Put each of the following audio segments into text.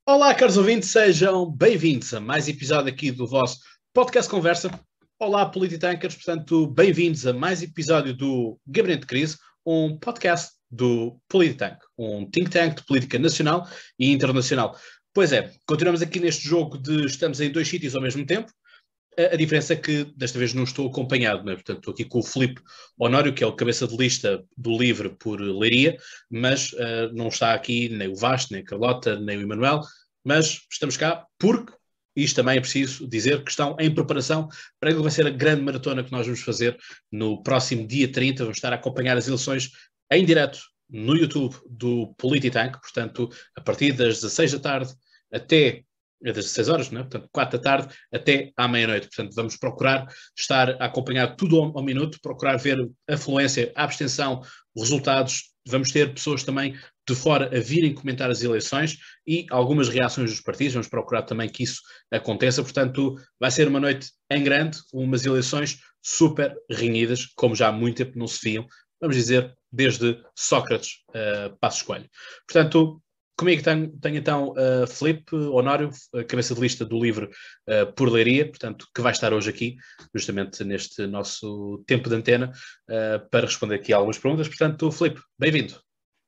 Olá, caros ouvintes, sejam bem-vindos a mais episódio aqui do vosso podcast Conversa. Olá, Polititankers, portanto, bem-vindos a mais episódio do Gabinete de Crise, um podcast do Polititank, um think tank de política nacional e internacional. Pois é, continuamos aqui neste jogo de estamos em dois sítios ao mesmo tempo. A diferença é que desta vez não estou acompanhado, né? Portanto, estou aqui com o Filipe Honório, que é o cabeça de lista do LIVRE por Leiria, mas não está aqui nem o Vasco, nem a Carlota, nem o Emanuel, mas estamos cá porque isto também é preciso dizer que estão em preparação para aquilo que vai ser a grande maratona que nós vamos fazer no próximo dia 30. Vamos estar a acompanhar as eleições em direto no YouTube do Polititank, portanto, a partir das 16 da tarde até das 16 horas, não é? Portanto, 4 da tarde até à meia-noite. Portanto, vamos procurar estar a acompanhar tudo ao minuto, procurar ver a afluência, a abstenção, os resultados. Vamos ter pessoas também de fora a virem comentar as eleições e algumas reações dos partidos. Vamos procurar também que isso aconteça. Portanto, vai ser uma noite em grande, umas eleições super renhidas, como já há muito tempo não se viam, vamos dizer, desde Sócrates a Passos Coelho. Portanto, comigo tenho então Filipe Honório, cabeça de lista do LIVRE por Leiria, portanto, que vai estar hoje aqui, justamente neste nosso tempo de antena, para responder aqui a algumas perguntas. Portanto, Filipe, bem-vindo.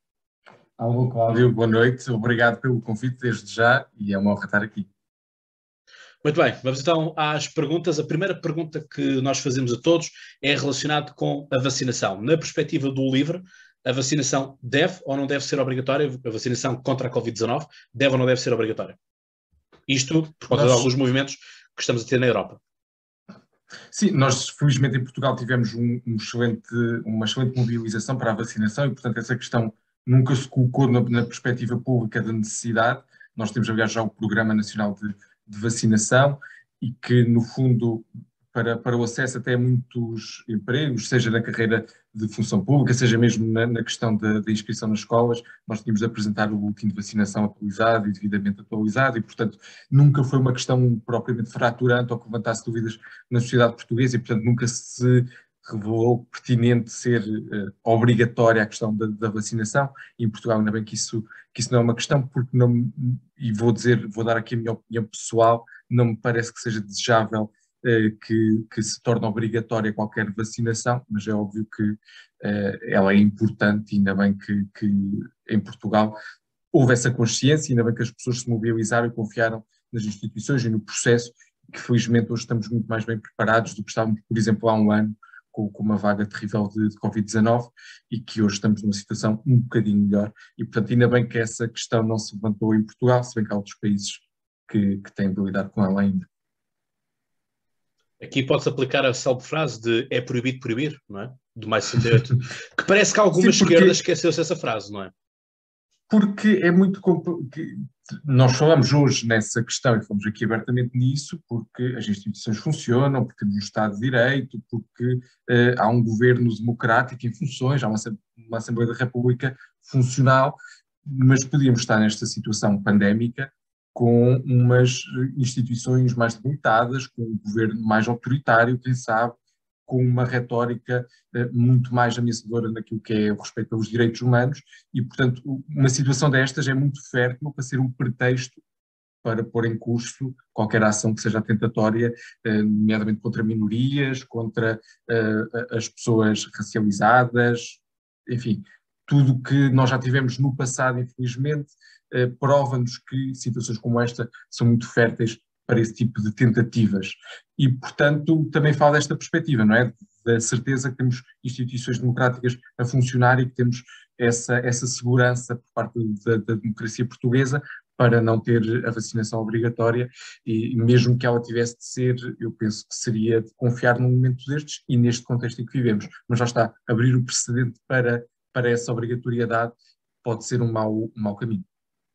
Alô, Cláudio, boa noite. Obrigado pelo convite desde já e é uma honra estar aqui. Muito bem, vamos então às perguntas. A primeira pergunta que nós fazemos a todos é relacionada com a vacinação. Na perspectiva do LIVRE, a vacinação deve ou não deve ser obrigatória? A vacinação contra a Covid-19 deve ou não deve ser obrigatória? Isto por conta de alguns movimentos que estamos a ter na Europa. Sim, nós felizmente em Portugal tivemos uma excelente mobilização para a vacinação e, portanto, essa questão nunca se colocou na perspectiva pública da necessidade. Nós temos, aliás, já o Programa Nacional de Vacinação e que, no fundo, para o acesso até a muitos empregos, seja na carreira de função pública, seja mesmo na questão da inscrição nas escolas, nós tínhamos de apresentar o boletim de vacinação atualizado e devidamente atualizado e, portanto, nunca foi uma questão propriamente fraturante ou que levantasse dúvidas na sociedade portuguesa e, portanto, nunca se revelou pertinente ser obrigatória a questão da vacinação. E em Portugal, ainda bem que isso não é uma questão, porque não, e vou dar aqui a minha opinião pessoal, não me parece que seja desejável que se torne obrigatória qualquer vacinação, mas é óbvio que ela é importante e ainda bem que em Portugal houve essa consciência, ainda bem que as pessoas se mobilizaram e confiaram nas instituições e no processo, que felizmente hoje estamos muito mais bem preparados do que estávamos, por exemplo, há um ano, com uma vaga terrível de Covid-19 e que hoje estamos numa situação um bocadinho melhor e, portanto, ainda bem que essa questão não se levantou em Portugal, se bem que há outros países que têm de lidar com ela ainda. Aqui pode-se aplicar a célebre frase de é proibido proibir, não é? Do mais 68. Que parece que alguma esquerda esqueceu-se essa frase, não é? Porque é muito... Nós falamos hoje nessa questão e falamos aqui abertamente nisso porque as instituições funcionam, porque temos um Estado de Direito, porque há um governo democrático em funções, há uma Assembleia da República funcional, mas podíamos estar nesta situação pandémica com umas instituições mais debilitadas, com um governo mais autoritário, quem sabe, com uma retórica muito mais ameaçadora naquilo que é o respeito pelos direitos humanos e, portanto, uma situação destas é muito fértil para ser um pretexto para pôr em curso qualquer ação que seja atentatória, nomeadamente contra minorias, contra as pessoas racializadas, enfim, tudo que nós já tivemos no passado, infelizmente, prova-nos que situações como esta são muito férteis para esse tipo de tentativas. E, portanto, também falo desta perspectiva, não é? Da certeza que temos instituições democráticas a funcionar e que temos essa segurança por parte da democracia portuguesa para não ter a vacinação obrigatória e mesmo que ela tivesse de ser, eu penso que seria de confiar num momento destes e neste contexto em que vivemos. Mas já está, abrir o precedente para essa obrigatoriedade pode ser um mau caminho.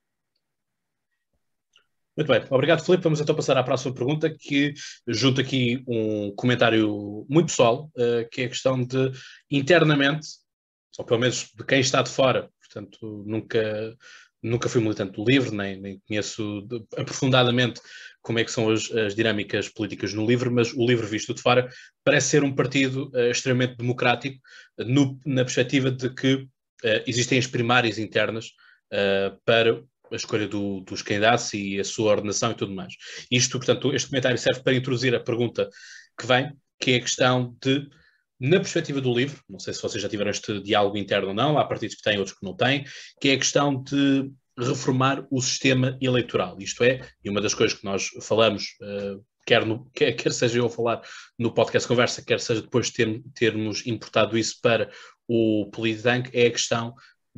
Muito bem, obrigado, Filipe. Vamos então passar à próxima pergunta, que junto aqui um comentário muito pessoal, que é a questão de, internamente, ou pelo menos de quem está de fora, portanto, nunca fui militante do LIVRE, nem conheço aprofundadamente como é que são as dinâmicas políticas no LIVRE, mas o LIVRE visto de fora parece ser um partido extremamente democrático, na perspectiva de que existem as primárias internas para a escolha dos candidatos e a sua ordenação e tudo mais. Isto, portanto, este comentário serve para introduzir a pergunta que vem, que é a questão de, na perspectiva do livro, não sei se vocês já tiveram este diálogo interno ou não, há partidos que têm, outros que não têm, que é a questão de reformar o sistema eleitoral. Isto é, e uma das coisas que nós falamos, quer seja eu a falar no podcast Conversa, quer seja depois termos importado isso para o Polititank, é a questão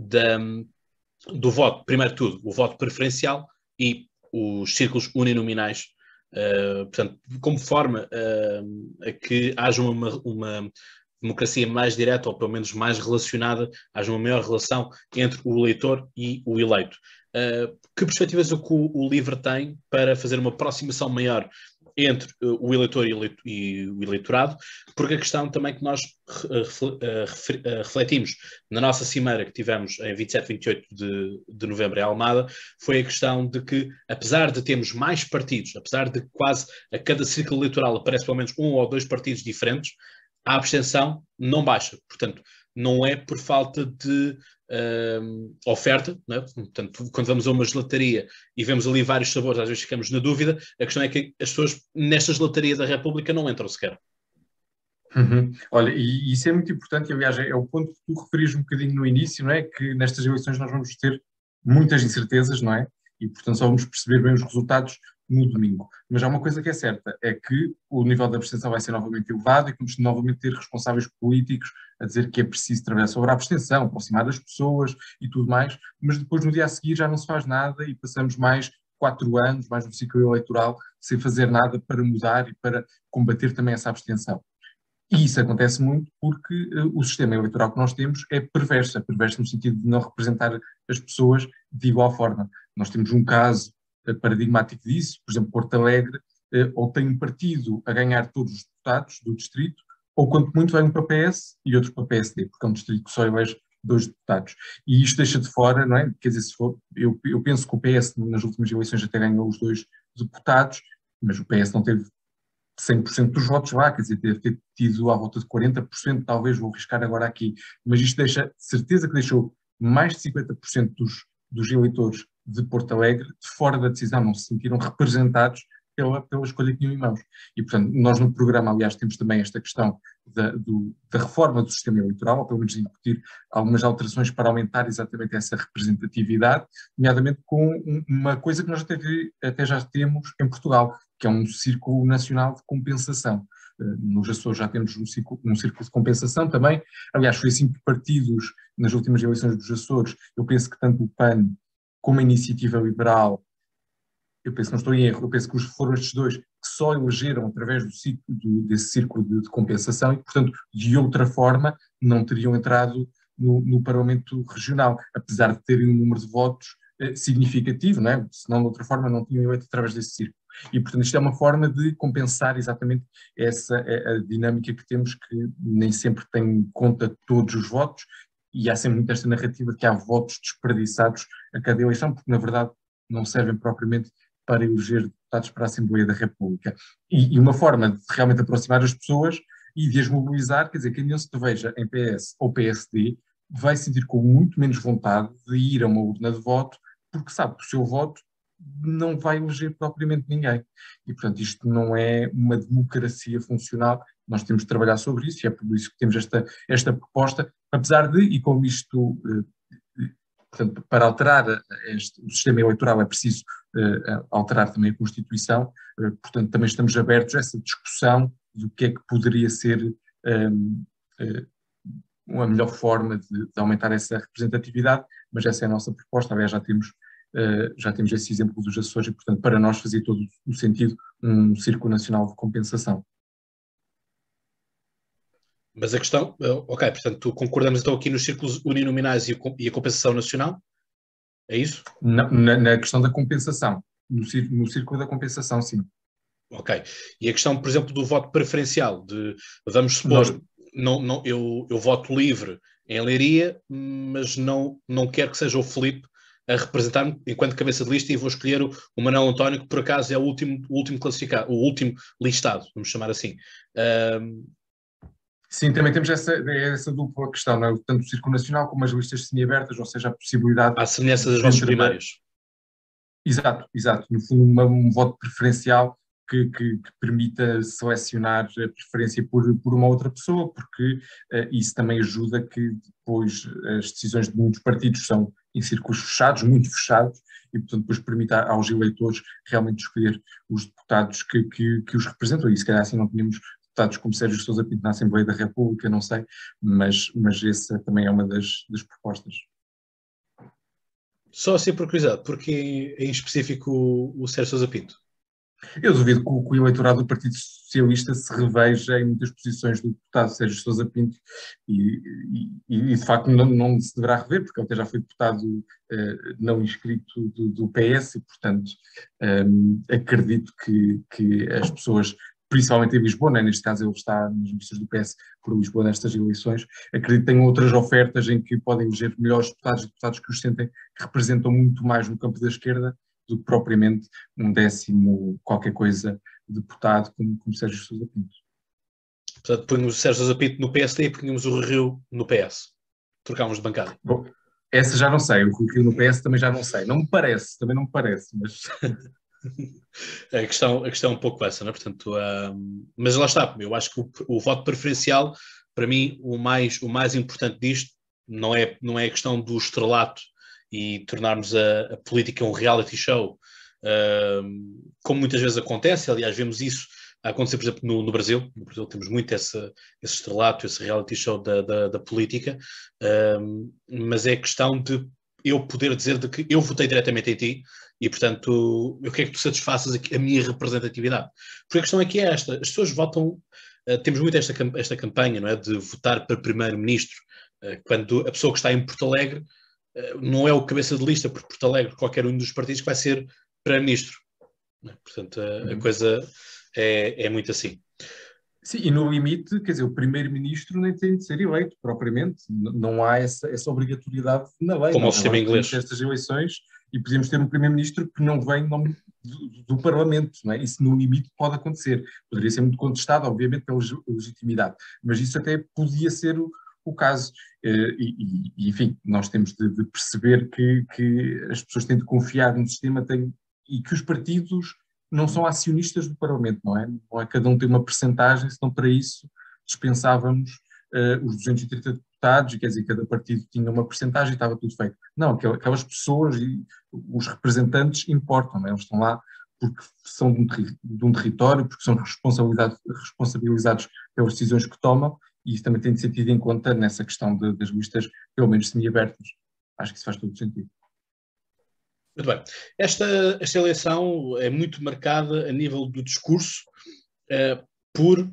do voto, primeiro de tudo, o voto preferencial e os círculos uninominais, portanto, como forma a que haja uma democracia mais direta, ou pelo menos mais relacionada, haja uma maior relação entre o eleitor e o eleito. Que perspectivas o LIVRE tem para fazer uma aproximação maior entre o eleitor e o eleitorado? Porque a questão também que nós refletimos na nossa cimeira que tivemos em 27 e 28 de novembro em Almada, foi a questão de que, apesar de termos mais partidos, apesar de quase a cada círculo eleitoral aparece pelo menos um ou dois partidos diferentes, a abstenção não baixa. Portanto, não é por falta de oferta, não é? Portanto, quando vamos a uma gelataria e vemos ali vários sabores, às vezes ficamos na dúvida. A questão é que as pessoas nesta gelataria da República não entram sequer. Olha, e isso é muito importante, e aliás é o ponto que tu referis um bocadinho no início, não é? Que nestas eleições nós vamos ter muitas incertezas, não é? E portanto só vamos perceber bem os resultados no domingo. Mas há uma coisa que é certa, é que o nível de abstenção vai ser novamente elevado e vamos novamente ter responsáveis políticos a dizer que é preciso trabalhar sobre a abstenção, aproximar das pessoas e tudo mais, mas depois no dia a seguir já não se faz nada e passamos mais 4 anos, mais um ciclo eleitoral, sem fazer nada para mudar e para combater também essa abstenção. E isso acontece muito porque o sistema eleitoral que nós temos é perverso no sentido de não representar as pessoas de igual forma. Nós temos um caso paradigmático disso, por exemplo, Porto Alegre, ou tem um partido a ganhar todos os deputados do distrito, ou quanto muito vai um para o PS e outro para o PSD, porque é um distrito que só elege 2 deputados. E isto deixa de fora, não é? Quer dizer, se for, eu penso que o PS nas últimas eleições até ganhou os 2 deputados, mas o PS não teve 100% dos votos lá, quer dizer, deve ter tido à volta de 40%, talvez, vou arriscar agora aqui, mas isto deixa, certeza que deixou mais de 50% dos eleitores de Porto Alegre de fora da decisão, não se sentiram representados pela escolha que tinham em mãos. E, portanto, nós no programa, aliás, temos também esta questão da reforma do sistema eleitoral, ou pelo menos incutir algumas alterações para aumentar exatamente essa representatividade, nomeadamente com uma coisa que nós até já temos em Portugal, que é um círculo nacional de compensação. Nos Açores já temos um círculo de compensação também. Aliás, foi assim que partidos, nas últimas eleições dos Açores, eu penso que tanto o PAN como a Iniciativa Liberal, eu penso que não estou em erro, eu penso que foram estes dois que só elegeram através desse círculo de compensação e, portanto, de outra forma, não teriam entrado no Parlamento Regional, apesar de terem um número de votos significativo, não é? Senão, de outra forma, não tinham eleito através desse círculo. E, portanto, isto é uma forma de compensar exatamente a dinâmica que temos, que nem sempre tem em conta todos os votos, e há sempre muito esta narrativa de que há votos desperdiçados a cada eleição, porque, na verdade, não servem propriamente para eleger deputados para a Assembleia da República. E uma forma de realmente aproximar as pessoas e de as mobilizar, quer dizer, quem não se veja em PS ou PSD vai sentir com muito menos vontade de ir a uma urna de voto, porque sabe que o seu voto não vai eleger propriamente ninguém. E, portanto, isto não é uma democracia funcional. Nós temos de trabalhar sobre isso e é por isso que temos esta proposta, apesar de, e como isto, portanto, para alterar o sistema eleitoral é preciso alterar também a Constituição, portanto, também estamos abertos a essa discussão do que é que poderia ser uma melhor forma de aumentar essa representatividade, mas essa é a nossa proposta. Aliás, já temos esse exemplo dos Açores e, portanto, para nós fazia todo o sentido um Círculo Nacional de Compensação. Mas a questão, ok, portanto, concordamos então aqui nos círculos uninominais e a compensação nacional? É isso? Na questão da compensação, no círculo da compensação, sim. Ok. E a questão, por exemplo, do voto preferencial, vamos supor, eu voto livre em Leiria, mas não quero que seja o Filipe a representar-me enquanto cabeça de lista e vou escolher o Manuel António, que por acaso é o último classificado, o último listado, vamos chamar assim. Sim, também temos essa dupla questão, não é? Tanto o Círculo Nacional como as listas semiabertas, ou seja, a possibilidade... À semelhança das nossas primárias. Exato. No fundo, um voto preferencial que permita selecionar a preferência por uma outra pessoa, porque isso também ajuda que depois as decisões de muitos partidos são em círculos fechados, muito fechados, e portanto depois permite aos eleitores realmente escolher os deputados que os representam, e se calhar assim não tínhamos deputados como Sérgio Sousa Pinto na Assembleia da República, não sei, mas essa também é uma das propostas. Só assim por curiosidade, porque em específico o Sérgio Sousa Pinto? Eu duvido que o eleitorado do Partido Socialista se reveja em muitas posições do deputado Sérgio Sousa Pinto e de facto não se deverá rever, porque ele até já foi deputado não inscrito do PS e, portanto, acredito que as pessoas, principalmente em Lisboa, né, neste caso ele está nas listas do PS por Lisboa nestas eleições, acredito que tenham outras ofertas em que podem eleger melhores deputados e deputados que os sentem que representam muito mais no campo da esquerda do que propriamente um 10º qualquer coisa deputado como Sérgio Sousa Pinto. Portanto, punhamos o Sérgio Sousa Pinto no PSD e punhamos o Rio no PS. Trocámos de bancada. Bom, essa já não sei, o Rio no PS também já não sei. Também não me parece, mas... A questão é um pouco essa, não é? Portanto, mas lá está, eu acho que o voto preferencial, para mim, o mais importante disto não é a questão do estrelato e tornarmos a política um reality show, como muitas vezes acontece. Aliás, vemos isso a acontecer, por exemplo, no Brasil. No Brasil temos muito esse estrelato, esse reality show da política, mas é questão de eu poder dizer de que eu votei diretamente em ti e, portanto, eu quero que tu satisfaças a minha representatividade. Porque a questão aqui é esta, as pessoas votam, temos muito esta campanha, não é, de votar para primeiro-ministro, quando a pessoa que está em Porto Alegre não é o cabeça de lista por Porto Alegre, qualquer um dos partidos que vai ser primeiro-ministro. Portanto, a coisa é muito assim. Sim, e no limite, quer dizer, o primeiro-ministro nem tem de ser eleito propriamente, não há essa obrigatoriedade na lei. Como o Nós sistema agora inglês. temos estas eleições e podemos ter um primeiro-ministro que não vem em nome do Parlamento, não é? Isso no limite pode acontecer. Poderia ser muito contestado, obviamente, pela legitimidade, mas isso até podia ser o caso. Enfim, nós temos de perceber que as pessoas têm de confiar no sistema e que os partidos não são acionistas do Parlamento, não é? Não é cada um tem uma percentagem, senão para isso dispensávamos os 230 deputados, e quer dizer, cada partido tinha uma percentagem e estava tudo feito. Não, aquelas pessoas e os representantes importam, não é? Eles estão lá porque são de um território, porque são responsabilizados pelas decisões que tomam, e isso também tem de ser tido em conta nessa questão das listas, pelo menos semi-abertas. Acho que isso faz todo sentido. Muito bem. Esta eleição é muito marcada a nível do discurso por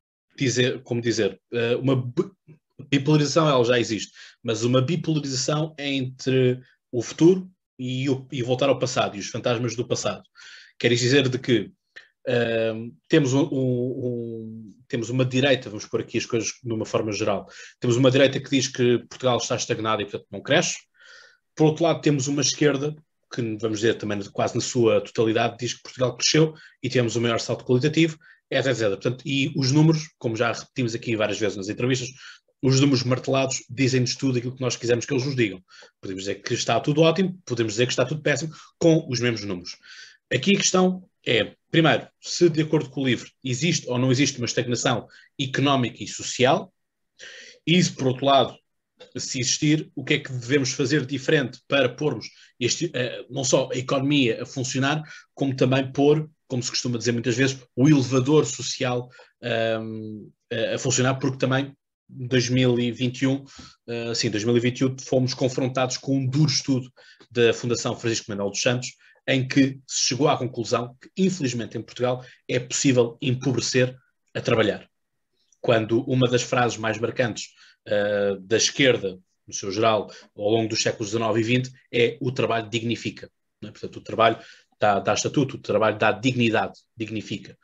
uma bipolarização, ela já existe, mas uma bipolarização entre o futuro e voltar ao passado, e os fantasmas do passado. Quer dizer de que temos temos uma direita, vamos pôr aqui as coisas de uma forma geral, temos uma direita que diz que Portugal está estagnado e, portanto, não cresce. Por outro lado, temos uma esquerda que, vamos dizer, também quase na sua totalidade, diz que Portugal cresceu e temos o maior salto qualitativo, etc. Portanto, e os números, como já repetimos aqui várias vezes nas entrevistas, os números martelados dizem-nos tudo aquilo que nós quisermos que eles nos digam. Podemos dizer que está tudo ótimo, podemos dizer que está tudo péssimo, com os mesmos números. Aqui a questão é, primeiro, se de acordo com o LIVRE existe ou não existe uma estagnação económica e social, e se, por outro lado, se existir, o que é que devemos fazer diferente para pormos não só a economia a funcionar, como também pôr, como se costuma dizer muitas vezes, o elevador social a funcionar, porque também 2021 fomos confrontados com um duro estudo da Fundação Francisco Manuel dos Santos, em que se chegou à conclusão que, infelizmente, em Portugal é possível empobrecer a trabalhar. Quando uma das frases mais marcantes da esquerda, no seu geral, ao longo dos séculos XIX e XX, é o trabalho dignifica. Não é? Portanto, o trabalho dá estatuto, o trabalho dá dignidade, dignifica.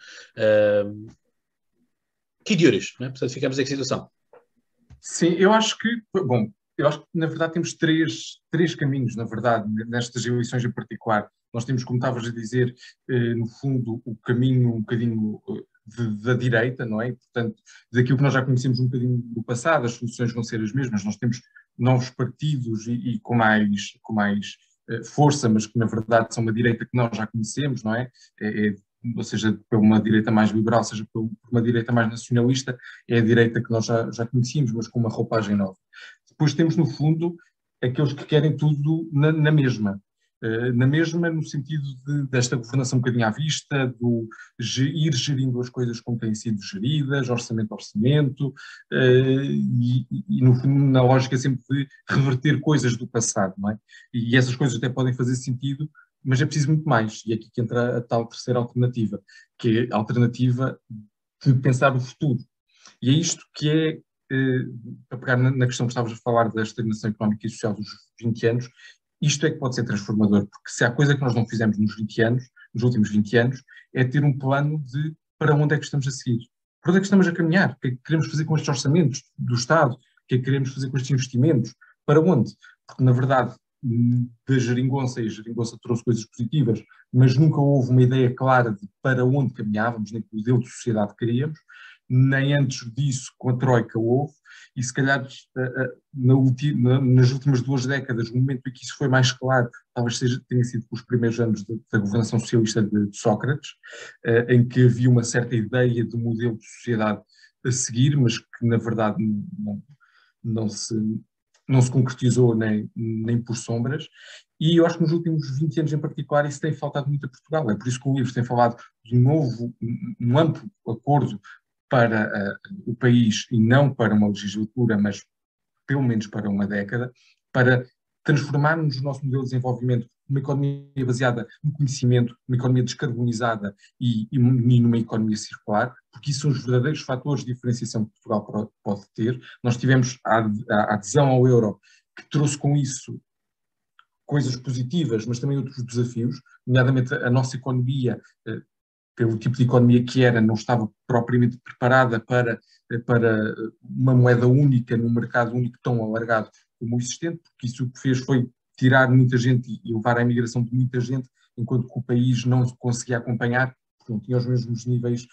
Que idiomas, não é? Portanto, ficamos em que situação? Sim, eu acho que na verdade temos três caminhos, na verdade, nestas eleições em particular. Nós temos, como estavas a dizer, no fundo, o caminho um bocadinho da direita, não é? E, portanto, daquilo que nós já conhecemos um bocadinho do passado, as soluções vão ser as mesmas. Nós temos novos partidos e com mais força, mas que na verdade são uma direita que nós já conhecemos, não é? Ou seja, por uma direita mais liberal, seja por uma direita mais nacionalista, é a direita que nós já conhecíamos, mas com uma roupagem nova. Depois temos, no fundo, aqueles que querem tudo na mesma. Na mesma, no sentido desta governação um bocadinho à vista, ir gerindo as coisas como têm sido geridas, orçamento a orçamento, e no fundo na lógica sempre de reverter coisas do passado, não é? E essas coisas até podem fazer sentido, mas é preciso muito mais, e é aqui que entra a tal terceira alternativa, que é a alternativa de pensar o futuro. E é isto que é, para pegar na questão que estavas a falar da estagnação económica e social dos 20 anos, isto é que pode ser transformador, porque se há coisa que nós não fizemos nos 20 anos, nos últimos 20 anos, é ter um plano de para onde é que estamos a seguir, para onde é que estamos a caminhar, o que é que queremos fazer com estes orçamentos do Estado, o que é que queremos fazer com estes investimentos, para onde? Porque, na verdade, da geringonça, e a geringonça trouxe coisas positivas, mas nunca houve uma ideia clara de para onde caminhávamos, nem que modelo de sociedade queríamos, nem antes disso com a Troika houve, e se calhar nas últimas 2 décadas, o momento em que isso foi mais claro, talvez tenha sido os primeiros anos da governação socialista de Sócrates, em que havia uma certa ideia de modelo de sociedade a seguir, mas que na verdade não se concretizou nem por sombras, e eu acho que nos últimos 20 anos em particular isso tem faltado muito a Portugal. É por isso que o livro tem falado de um amplo acordo para o país, e não para uma legislatura, mas pelo menos para uma década, para transformarmos o nosso modelo de desenvolvimento numa economia baseada no conhecimento, numa economia descarbonizada e numa economia circular, porque isso são os verdadeiros fatores de diferenciação que Portugal pode ter. Nós tivemos a adesão ao euro, que trouxe com isso coisas positivas, mas também outros desafios, nomeadamente a nossa economia, pelo tipo de economia que era, não estava propriamente preparada para uma moeda única num mercado único tão alargado como o existente, porque isso o que fez foi tirar muita gente e levar à imigração de muita gente, enquanto que o país não conseguia acompanhar, porque não tinha os mesmos níveis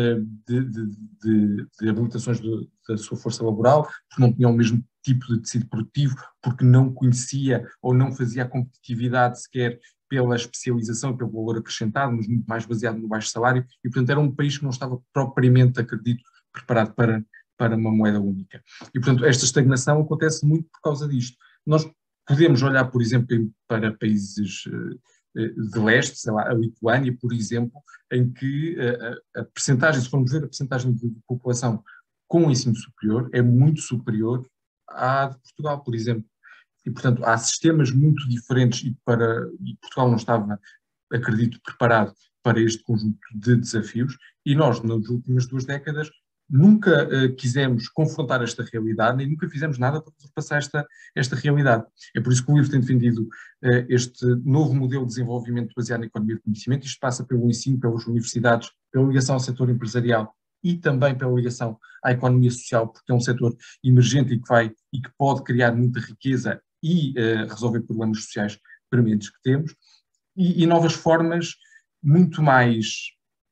de habilitações da sua força laboral, porque não tinha o mesmo tipo de tecido produtivo, porque não conhecia ou não fazia a competitividade sequer pela especialização, pelo valor acrescentado, mas muito mais baseado no baixo salário, e portanto era um país que não estava propriamente, acredito, preparado para uma moeda única. E portanto esta estagnação acontece muito por causa disto. Nós podemos olhar, por exemplo, para países de leste, sei lá, a Lituânia, por exemplo, em que a percentagem, se formos ver a percentagem de população com ensino superior, é muito superior à de Portugal, por exemplo. E, portanto, há sistemas muito diferentes e Portugal não estava, acredito, preparado para este conjunto de desafios, e nós, nas últimas 2 décadas, nunca quisemos confrontar esta realidade, nem nunca fizemos nada para ultrapassar esta realidade. É por isso que o livro tem defendido este novo modelo de desenvolvimento baseado na economia do conhecimento. Isto passa pelo ensino, pelas universidades, pela ligação ao setor empresarial e também pela ligação à economia social, porque é um setor emergente e que pode criar muita riqueza e resolver problemas sociais prementes que temos, e novas formas muito mais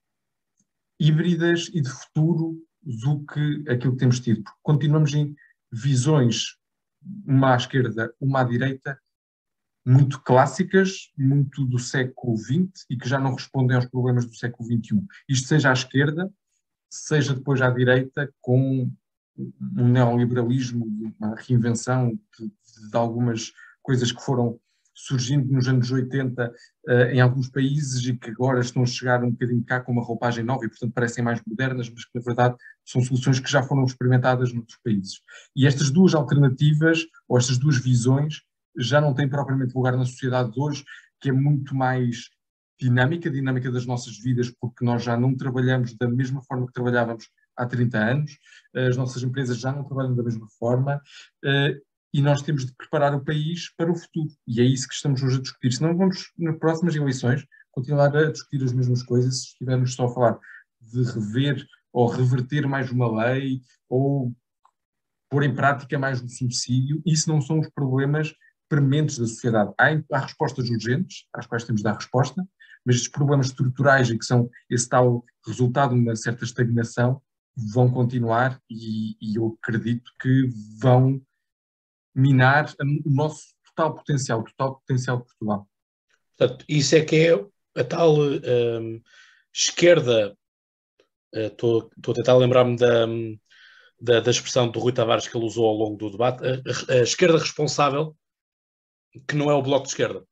híbridas e de futuro do que aquilo que temos tido, porque continuamos em visões, uma à esquerda, uma à direita, muito clássicas, muito do século XX e que já não respondem aos problemas do século XXI. Isto seja à esquerda, seja depois à direita, com um neoliberalismo, uma reinvenção de algumas coisas que foram surgindo nos anos 80 em alguns países e que agora estão a chegar um bocadinho cá com uma roupagem nova e, portanto, parecem mais modernas, mas que, na verdade, são soluções que já foram experimentadas noutros países. E estas duas alternativas, ou estas duas visões, já não têm propriamente lugar na sociedade de hoje, que é muito mais dinâmica das nossas vidas, porque nós já não trabalhamos da mesma forma que trabalhávamos há 30 anos, as nossas empresas já não trabalham da mesma forma, e nós temos de preparar o país para o futuro. E é isso que estamos hoje a discutir. Senão vamos, nas próximas eleições, continuar a discutir as mesmas coisas, se estivermos só a falar de rever ou reverter mais uma lei, ou pôr em prática mais um subsídio. Isso não são os problemas prementes da sociedade. Há respostas urgentes, às quais temos de dar resposta, mas estes problemas estruturais e que são esse tal resultado de uma certa estagnação vão continuar e eu acredito que vão minar o nosso total potencial de Portugal. Portanto, isso é que é a tal esquerda. Estou a tentar lembrar-me da expressão do Rui Tavares que ele usou ao longo do debate, a esquerda responsável, que não é o Bloco de Esquerda.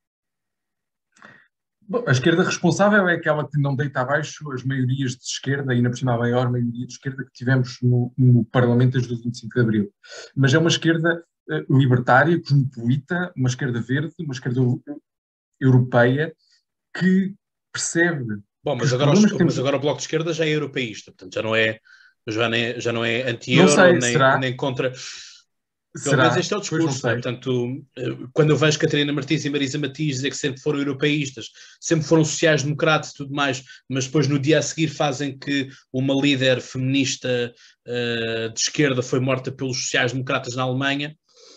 Bom, a esquerda responsável é aquela que não deita abaixo as maiorias de esquerda, e ainda por cima a maior maioria de esquerda que tivemos no Parlamento desde o 25 de Abril. Mas é uma esquerda libertária, cosmopolita, uma esquerda verde, uma esquerda europeia, que percebe. Bom, mas agora o Bloco de Esquerda já é europeísta, portanto já não é Não anti-euro sei, será? nem contra. Pelo menos Será? este é o Pois não discurso, não é? sei. Portanto, quando eu vejo Catarina Martins e Marisa Matias dizer que sempre foram europeístas, sempre foram sociais-democratas e tudo mais, mas depois no dia a seguir fazem que uma líder feminista de esquerda foi morta pelos sociais-democratas na Alemanha,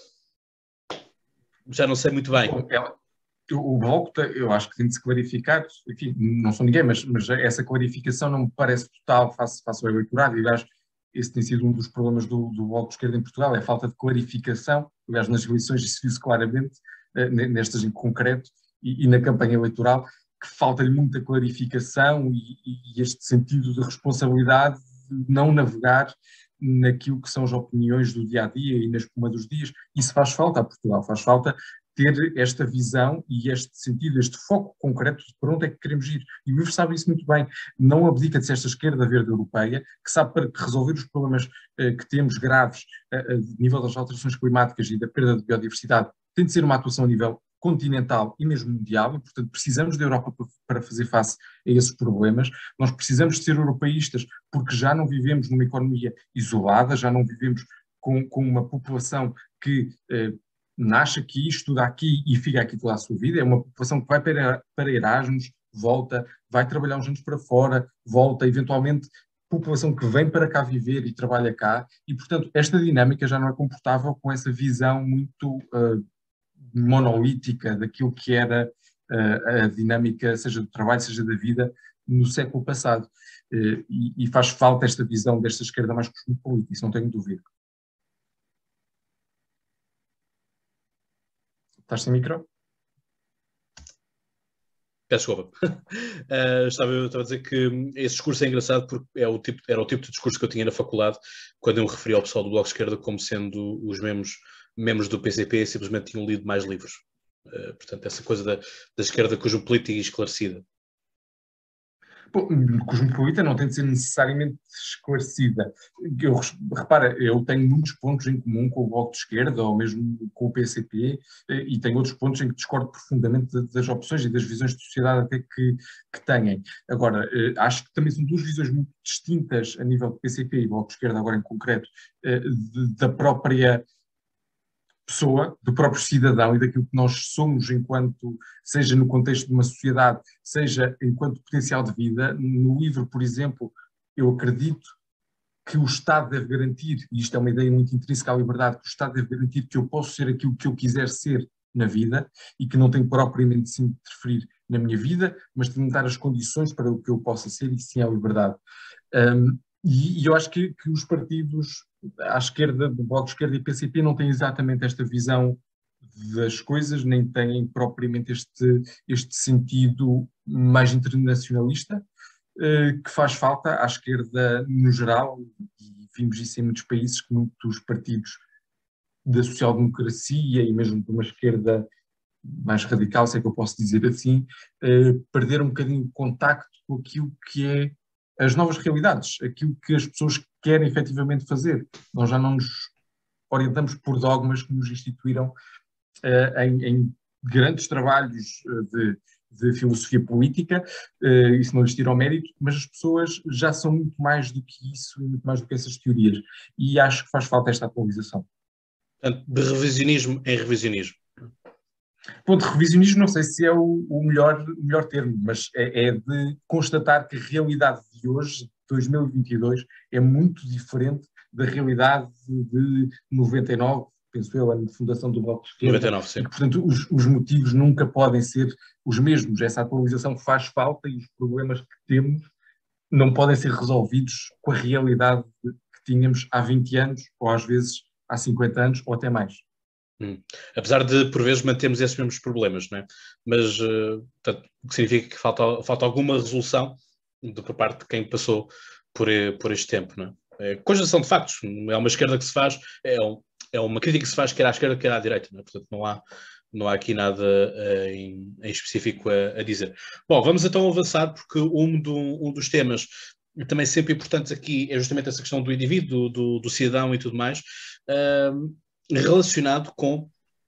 já não sei muito bem. Bom, o Bloco, eu acho que tem de se clarificar, enfim, não sou ninguém, mas essa clarificação não me parece total face ao eleitorado, e aliás, esse tem sido um dos problemas do Bloco de Esquerda em Portugal, é a falta de clarificação, aliás, nas eleições isso viu-se claramente, nestas em concreto, e na campanha eleitoral, que falta-lhe muita clarificação e este sentido de responsabilidade de não navegar naquilo que são as opiniões do dia-a-dia e na espuma dos dias. Isso faz falta a Portugal, faz falta ter esta visão e este sentido, este foco concreto de para onde é que queremos ir. E o Ivo sabe isso muito bem. Não abdica de ser esta esquerda verde europeia, que sabe para resolver os problemas que temos graves a nível das alterações climáticas e da perda de biodiversidade, tem de ser uma atuação a nível continental e mesmo mundial, e portanto precisamos da Europa para fazer face a esses problemas. Nós precisamos de ser europeístas porque já não vivemos numa economia isolada, já não vivemos com uma população que nasce aqui, estuda aqui e fica aqui toda a sua vida. É uma população que vai para Erasmus, volta, vai trabalhar uns anos para fora, volta, eventualmente população que vem para cá viver e trabalha cá, e portanto esta dinâmica já não é confortável com essa visão muito monolítica daquilo que era a dinâmica, seja do trabalho, seja da vida, no século passado. E faz falta esta visão desta esquerda mais cosmopolita, isso não tenho dúvida. Estás sem micro? Peço desculpa. Estava a dizer que esse discurso é engraçado porque era o tipo de discurso que eu tinha na faculdade quando eu me referia ao pessoal do Bloco de Esquerda como sendo os membros do PCP simplesmente tinham lido mais livros. Portanto, essa coisa da esquerda cosmopolita e esclarecida. Bom, cosmopolita não tem de ser necessariamente esclarecida. Repara, eu tenho muitos pontos em comum com o Bloco de Esquerda ou mesmo com o PCP e tenho outros pontos em que discordo profundamente das opções e das visões de sociedade até que têm. Agora, acho que também são duas visões muito distintas a nível do PCP e Bloco de Esquerda, agora em concreto, da própria pessoa, do próprio cidadão e daquilo que nós somos enquanto, seja no contexto de uma sociedade, seja enquanto potencial de vida. No livro, por exemplo, eu acredito que o Estado deve garantir, e isto é uma ideia muito intrínseca à liberdade, que o Estado deve garantir que eu posso ser aquilo que eu quiser ser na vida e que não tenho propriamente de se interferir na minha vida, mas de me dar as condições para o que eu possa ser, e sim a liberdade. E eu acho que os partidos à esquerda, do Bloco de Esquerda e PCP, não têm exatamente esta visão das coisas, nem têm propriamente este sentido mais internacionalista, que faz falta à esquerda no geral, e vimos isso em muitos países, que muitos partidos da social-democracia e mesmo de uma esquerda mais radical, se é que eu posso dizer assim, perderam um bocadinho o contacto com aquilo que é as novas realidades, aquilo que as pessoas querem efetivamente fazer. Nós já não nos orientamos por dogmas que nos instituíram em grandes trabalhos de filosofia política, isso não lhes tira ao mérito, mas as pessoas já são muito mais do que isso e muito mais do que essas teorias. E acho que faz falta esta atualização. Portanto, de revisionismo em revisionismo. Ponto de revisionismo, não sei se é o melhor termo, mas é de constatar que a realidade de hoje, 2022, é muito diferente da realidade de 99, penso eu, ano de fundação do Bloco de Esquerda. 99, sim. E que, portanto, os motivos nunca podem ser os mesmos. Essa atualização faz falta e os problemas que temos não podem ser resolvidos com a realidade que tínhamos há 20 anos, ou às vezes há 50 anos, ou até mais. Apesar de, por vezes, mantermos esses mesmos problemas, não é? Mas, portanto, o que significa que falta alguma resolução por parte de quem passou por este tempo, não é? Conjugação de factos, é uma esquerda que se faz, é uma crítica que se faz quer à esquerda, quer à direita, não é? Portanto, não há aqui nada em específico a dizer. Bom, vamos então avançar, porque um dos temas também sempre importantes aqui é justamente essa questão do indivíduo, do cidadão e tudo mais, relacionado com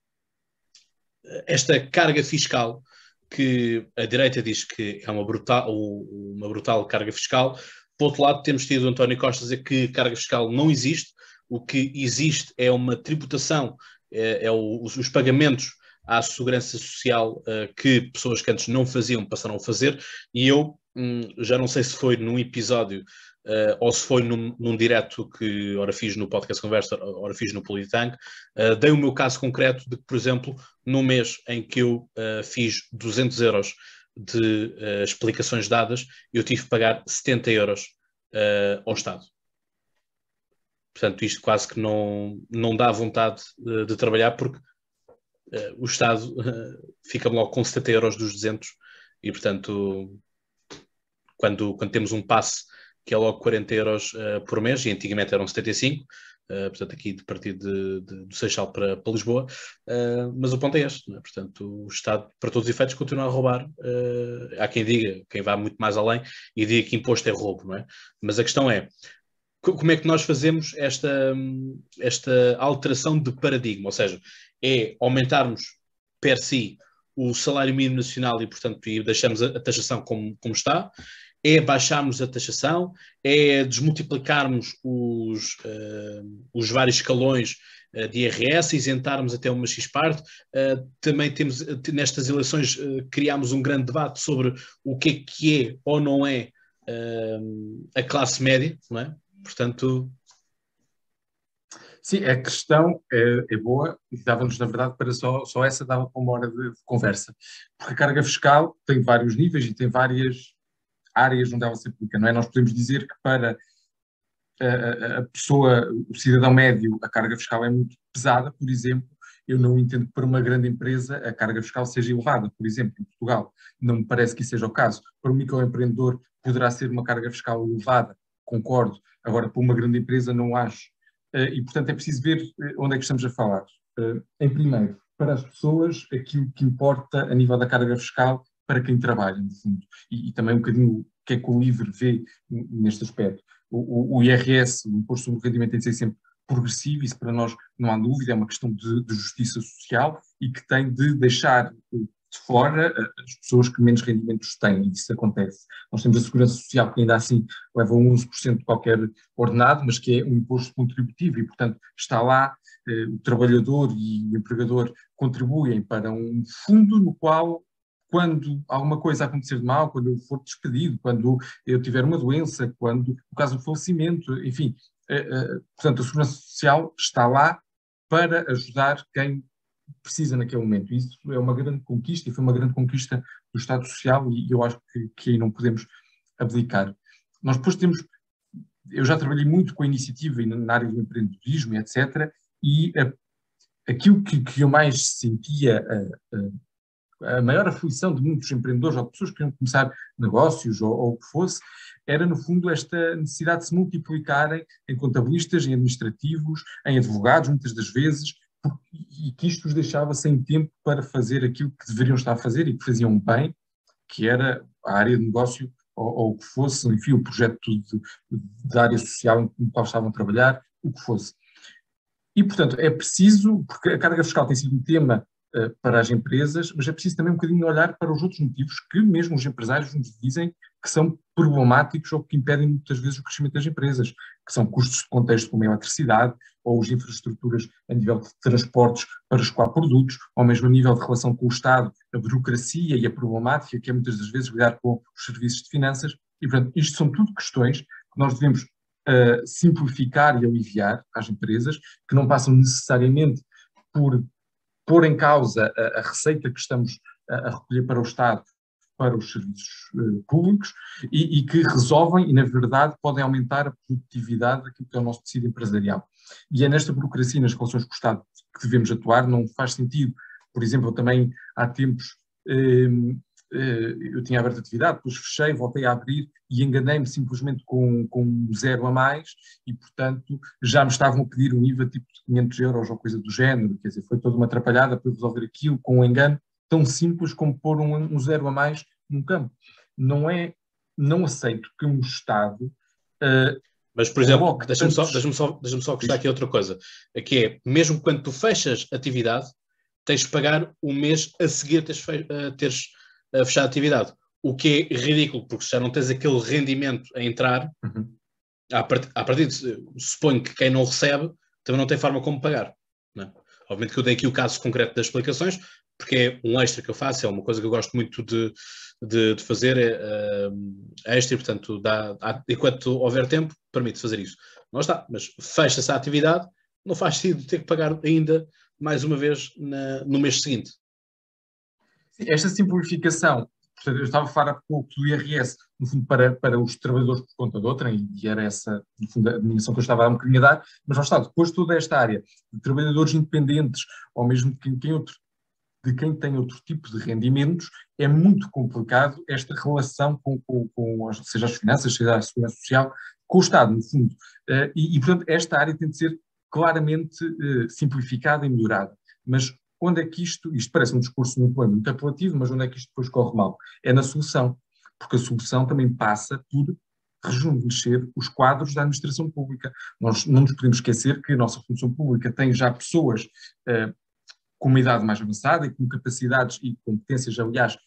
esta carga fiscal que a direita diz que é uma brutal carga fiscal. Por outro lado, temos tido António Costa dizer que carga fiscal não existe, o que existe é uma tributação, os pagamentos à segurança social que pessoas que antes não faziam passaram a fazer, e eu já não sei se foi num episódio ou se foi num direto que ora fiz no Podcast Conversa, ora fiz no Politank, dei o meu caso concreto de que, por exemplo, no mês em que eu fiz 200 euros de explicações dadas, eu tive que pagar 70 euros ao Estado. Portanto, isto quase que não dá vontade de trabalhar, porque o Estado fica-me logo com 70 euros dos 200 e, portanto, quando temos um passe que é logo 40 euros por mês, e antigamente eram 75, portanto, aqui de partir do Seixal para Lisboa, mas o ponto é este, não é? Portanto, o Estado, para todos os efeitos, continua a roubar. Há quem diga, quem vá muito mais além, e diga que imposto é roubo, não é? Mas a questão é, como é que nós fazemos esta alteração de paradigma? Ou seja, é aumentarmos per si o salário mínimo nacional e, portanto, deixamos a taxação como está, é baixarmos a taxação, é desmultiplicarmos os vários escalões de IRS, isentarmos até uma X-parte. Também temos, nestas eleições, criámos um grande debate sobre o que é ou não é a classe média, não é? Portanto... Sim, a questão é boa e dava-nos, na verdade, para só essa dava para uma hora de conversa. Porque a carga fiscal tem vários níveis e tem várias áreas onde ela se aplica, não é? Nós podemos dizer que para a pessoa, o cidadão médio, a carga fiscal é muito pesada, por exemplo. Eu não entendo que para uma grande empresa a carga fiscal seja elevada, por exemplo, em Portugal. Não me parece que isso seja o caso. Para um microempreendedor poderá ser uma carga fiscal elevada, concordo. Agora, para uma grande empresa, não acho. E, portanto, é preciso ver onde é que estamos a falar. Em primeiro, para as pessoas, aquilo que importa a nível da carga fiscal para quem trabalha, no fundo. E também um bocadinho o que é que o LIVRE vê neste aspecto. O IRS, o Imposto sobre o Rendimento, tem de ser sempre progressivo, isso para nós não há dúvida, é uma questão de justiça social e que tem de deixar de fora as pessoas que menos rendimentos têm, e isso acontece. Nós temos a Segurança Social, que ainda assim leva 11% de qualquer ordenado, mas que é um imposto contributivo e, portanto, está lá, o trabalhador e o empregador contribuem para um fundo no qual, quando alguma coisa acontecer de mal, quando eu for despedido, quando eu tiver uma doença, quando, no caso do falecimento, enfim, portanto, a Segurança Social está lá para ajudar quem precisa naquele momento. Isso é uma grande conquista e foi uma grande conquista do Estado Social e eu acho que aí não podemos abdicar. Nós depois temos, eu já trabalhei muito com a iniciativa e na área do empreendedorismo, etc., e aquilo que eu mais sentia a maior aflição de muitos empreendedores ou de pessoas que queriam começar negócios ou o que fosse, era no fundo esta necessidade de se multiplicarem em contabilistas, em administrativos, em advogados, muitas das vezes, e que isto os deixava sem tempo para fazer aquilo que deveriam estar a fazer e que faziam bem, que era a área de negócio ou o que fosse, enfim, o projeto da área social no qual estavam a trabalhar, o que fosse. E, portanto, é preciso, porque a carga fiscal tem sido um tema para as empresas, mas é preciso também um bocadinho olhar para os outros motivos que mesmo os empresários nos dizem que são problemáticos ou que impedem muitas vezes o crescimento das empresas, que são custos de contexto como a eletricidade, ou as infraestruturas a nível de transportes para escoar produtos, ou mesmo a nível de relação com o Estado, a burocracia e a problemática que é muitas das vezes lidar com os serviços de finanças. E, portanto, isto são tudo questões que nós devemos simplificar e aliviar às empresas, que não passam necessariamente por pôr em causa a receita que estamos a recolher para o Estado, para os serviços públicos, e que resolvem e, na verdade, podem aumentar a produtividade daquilo que é o nosso tecido empresarial. E é nesta burocracia, nas relações com o Estado, que devemos atuar. Não faz sentido, por exemplo, eu também há tempos eu tinha aberto atividade, depois fechei, voltei a abrir e enganei-me simplesmente com um zero a mais e, portanto, já me estavam a pedir um IVA tipo de 500 euros ou coisa do género, quer dizer, foi toda uma atrapalhada para eu resolver aquilo com um engano tão simples como pôr um zero a mais num campo. Não aceito que um Estado mas, por exemplo, coloque deixa-me tantos... só acrescentar aqui outra coisa, que é, mesmo quando tu fechas atividade, tens de pagar um mês a seguir teres fechado a atividade, o que é ridículo, porque se já não tens aquele rendimento a entrar, a partir de, suponho que quem não recebe também não tem forma como pagar, não é? Obviamente que eu dei aqui o caso concreto das explicações, porque é um extra que eu faço, é uma coisa que eu gosto muito de fazer, extra, e portanto, enquanto houver tempo, permite fazer isso. Não está, mas fecha-se a atividade, não faz sentido ter que pagar ainda mais uma vez no mês seguinte. Esta simplificação, portanto, eu estava a falar há pouco do IRS, no fundo, para os trabalhadores por conta de outrem, e era essa, no fundo, a denominação que eu estava a dar um bocadinho a dar, mas lá está, depois toda esta área de trabalhadores independentes, ou mesmo de quem tem outro tipo de rendimentos, é muito complicado esta relação seja as finanças, seja a segurança social, com o Estado, no fundo. Portanto, esta área tem de ser claramente simplificada e melhorada. Mas onde é que isto parece um discurso muito apelativo, mas onde é que isto depois corre mal? É na solução, porque a solução também passa por rejuvenescer os quadros da administração pública. Nós não nos podemos esquecer que a nossa função pública tem já pessoas com uma idade mais avançada e com capacidades e competências, aliás,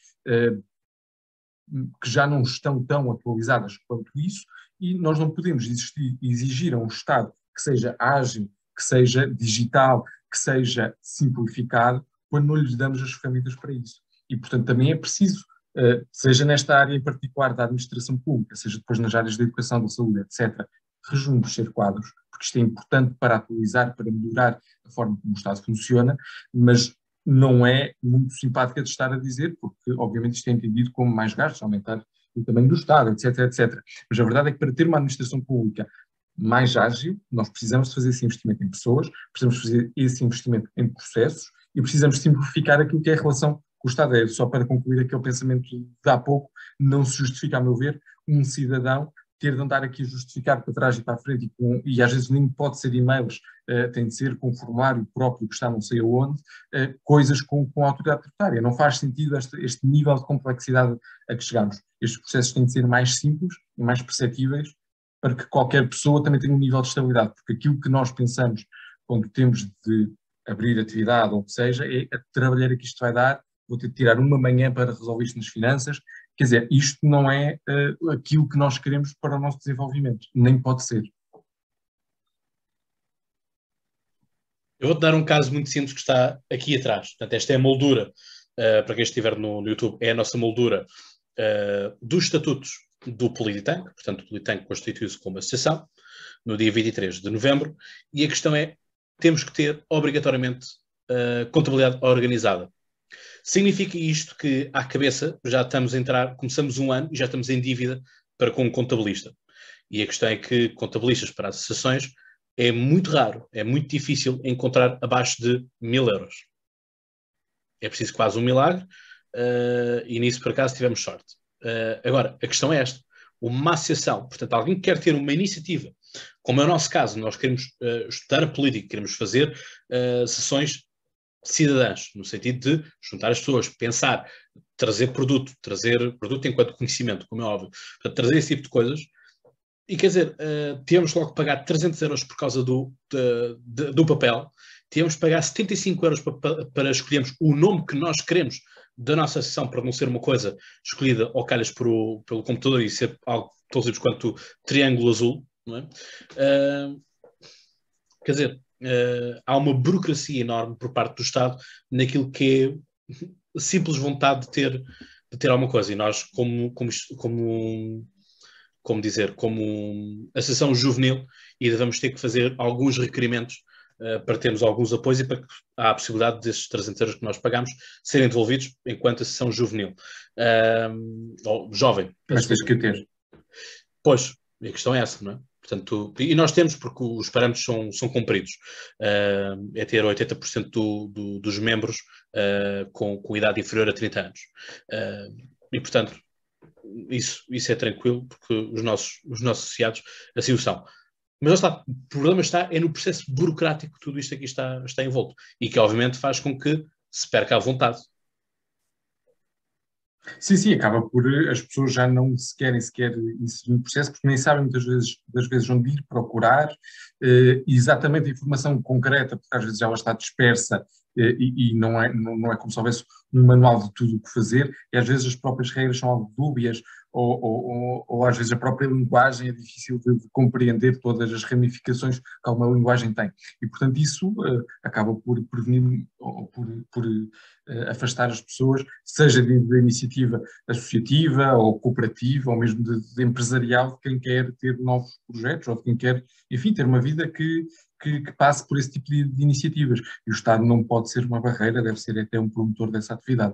que já não estão tão atualizadas quanto isso, e nós não podemos exigir a um Estado que seja ágil, que seja digital, que seja simplificado, quando não lhes damos as ferramentas para isso. E, portanto, também é preciso, seja nesta área em particular da administração pública, seja depois nas áreas da educação, da saúde, etc., rejuvenescer quadros, porque isto é importante para atualizar, para melhorar a forma como o Estado funciona, mas não é muito simpática de estar a dizer, porque obviamente isto é entendido como mais gastos, aumentar o tamanho do Estado, etc, etc. Mas a verdade é que para ter uma administração pública mais ágil, nós precisamos de fazer esse investimento em pessoas, precisamos fazer esse investimento em processos e precisamos simplificar aquilo que é a relação com o Estado. É só para concluir aquele pensamento de há pouco, não se justifica, a meu ver, um cidadão ter de andar aqui a justificar para trás e para a frente, e às vezes nem pode ser e-mails, tem de ser com um formulário próprio que está não sei aonde, coisas com a autoridade tributária. Não faz sentido este nível de complexidade a que chegamos. Estes processos têm de ser mais simples e mais perceptíveis para que qualquer pessoa também tenha um nível de estabilidade, porque aquilo que nós pensamos quando temos de abrir atividade ou o que seja, é a trabalhar que isto vai dar, vou ter de tirar uma manhã para resolver isto nas finanças. Quer dizer, isto não é aquilo que nós queremos para o nosso desenvolvimento, nem pode ser. Eu vou-te dar um caso muito simples que está aqui atrás. Portanto, esta é a moldura, para quem estiver no YouTube, é a nossa moldura dos estatutos do Polititank. Portanto, o Polititank constituiu-se como associação no dia 23 de novembro, e a questão é, temos que ter obrigatoriamente contabilidade organizada. Significa isto que, à cabeça, já estamos a entrar, começamos um ano e já estamos em dívida para com um contabilista. E a questão é que contabilistas para as associações é muito raro, é muito difícil encontrar abaixo de 1.000 euros. É preciso quase um milagre, e nisso, por acaso, tivemos sorte. Agora, a questão é esta. Uma associação, portanto, alguém que quer ter uma iniciativa, como é o nosso caso, nós queremos estudar a política, queremos fazer sessões cidadãs, no sentido de juntar as pessoas, pensar, trazer produto enquanto conhecimento, como é óbvio, portanto, trazer esse tipo de coisas. E quer dizer, temos logo que pagar 300 euros por causa do papel, temos que pagar 75 euros para escolhermos o nome que nós queremos da nossa sessão, para não ser uma coisa escolhida ao calhas pelo computador e ser algo tão simples quanto triângulo azul, não é? Quer dizer, há uma burocracia enorme por parte do Estado naquilo que é simples vontade de ter alguma coisa. E nós, como associação juvenil, ainda vamos ter que fazer alguns requerimentos para termos alguns apoios e para que há a possibilidade desses 300 euros que nós pagamos serem devolvidos enquanto associação juvenil. Ou jovem. Mas tens que ter. Pois, a questão é essa, não é? Portanto, e nós temos, porque os parâmetros são cumpridos, é ter 80% dos membros com idade inferior a 30 anos. E, portanto, isso é tranquilo, porque os nossos associados assim o são. Mas está, o problema está no processo burocrático que tudo isto aqui está envolto. E que, obviamente, faz com que se perca a vontade. Sim, acaba por as pessoas já não se querem sequer inserir no processo, porque nem sabem muitas vezes onde ir procurar exatamente a informação concreta, porque às vezes ela está dispersa e não é como se houvesse um manual de tudo o que fazer, e às vezes as próprias regras são algo dúbias, ou às vezes a própria linguagem é difícil de compreender todas as ramificações que alguma linguagem tem. E, portanto, isso acaba por prevenir ou por afastar as pessoas, seja da iniciativa associativa ou cooperativa, ou mesmo de empresarial, de quem quer ter novos projetos, ou de quem quer, enfim, ter uma vida que passe por esse tipo de iniciativas. E o Estado não pode ser uma barreira, deve ser até um promotor dessa atividade.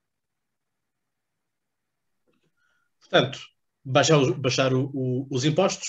Portanto, baixar os impostos.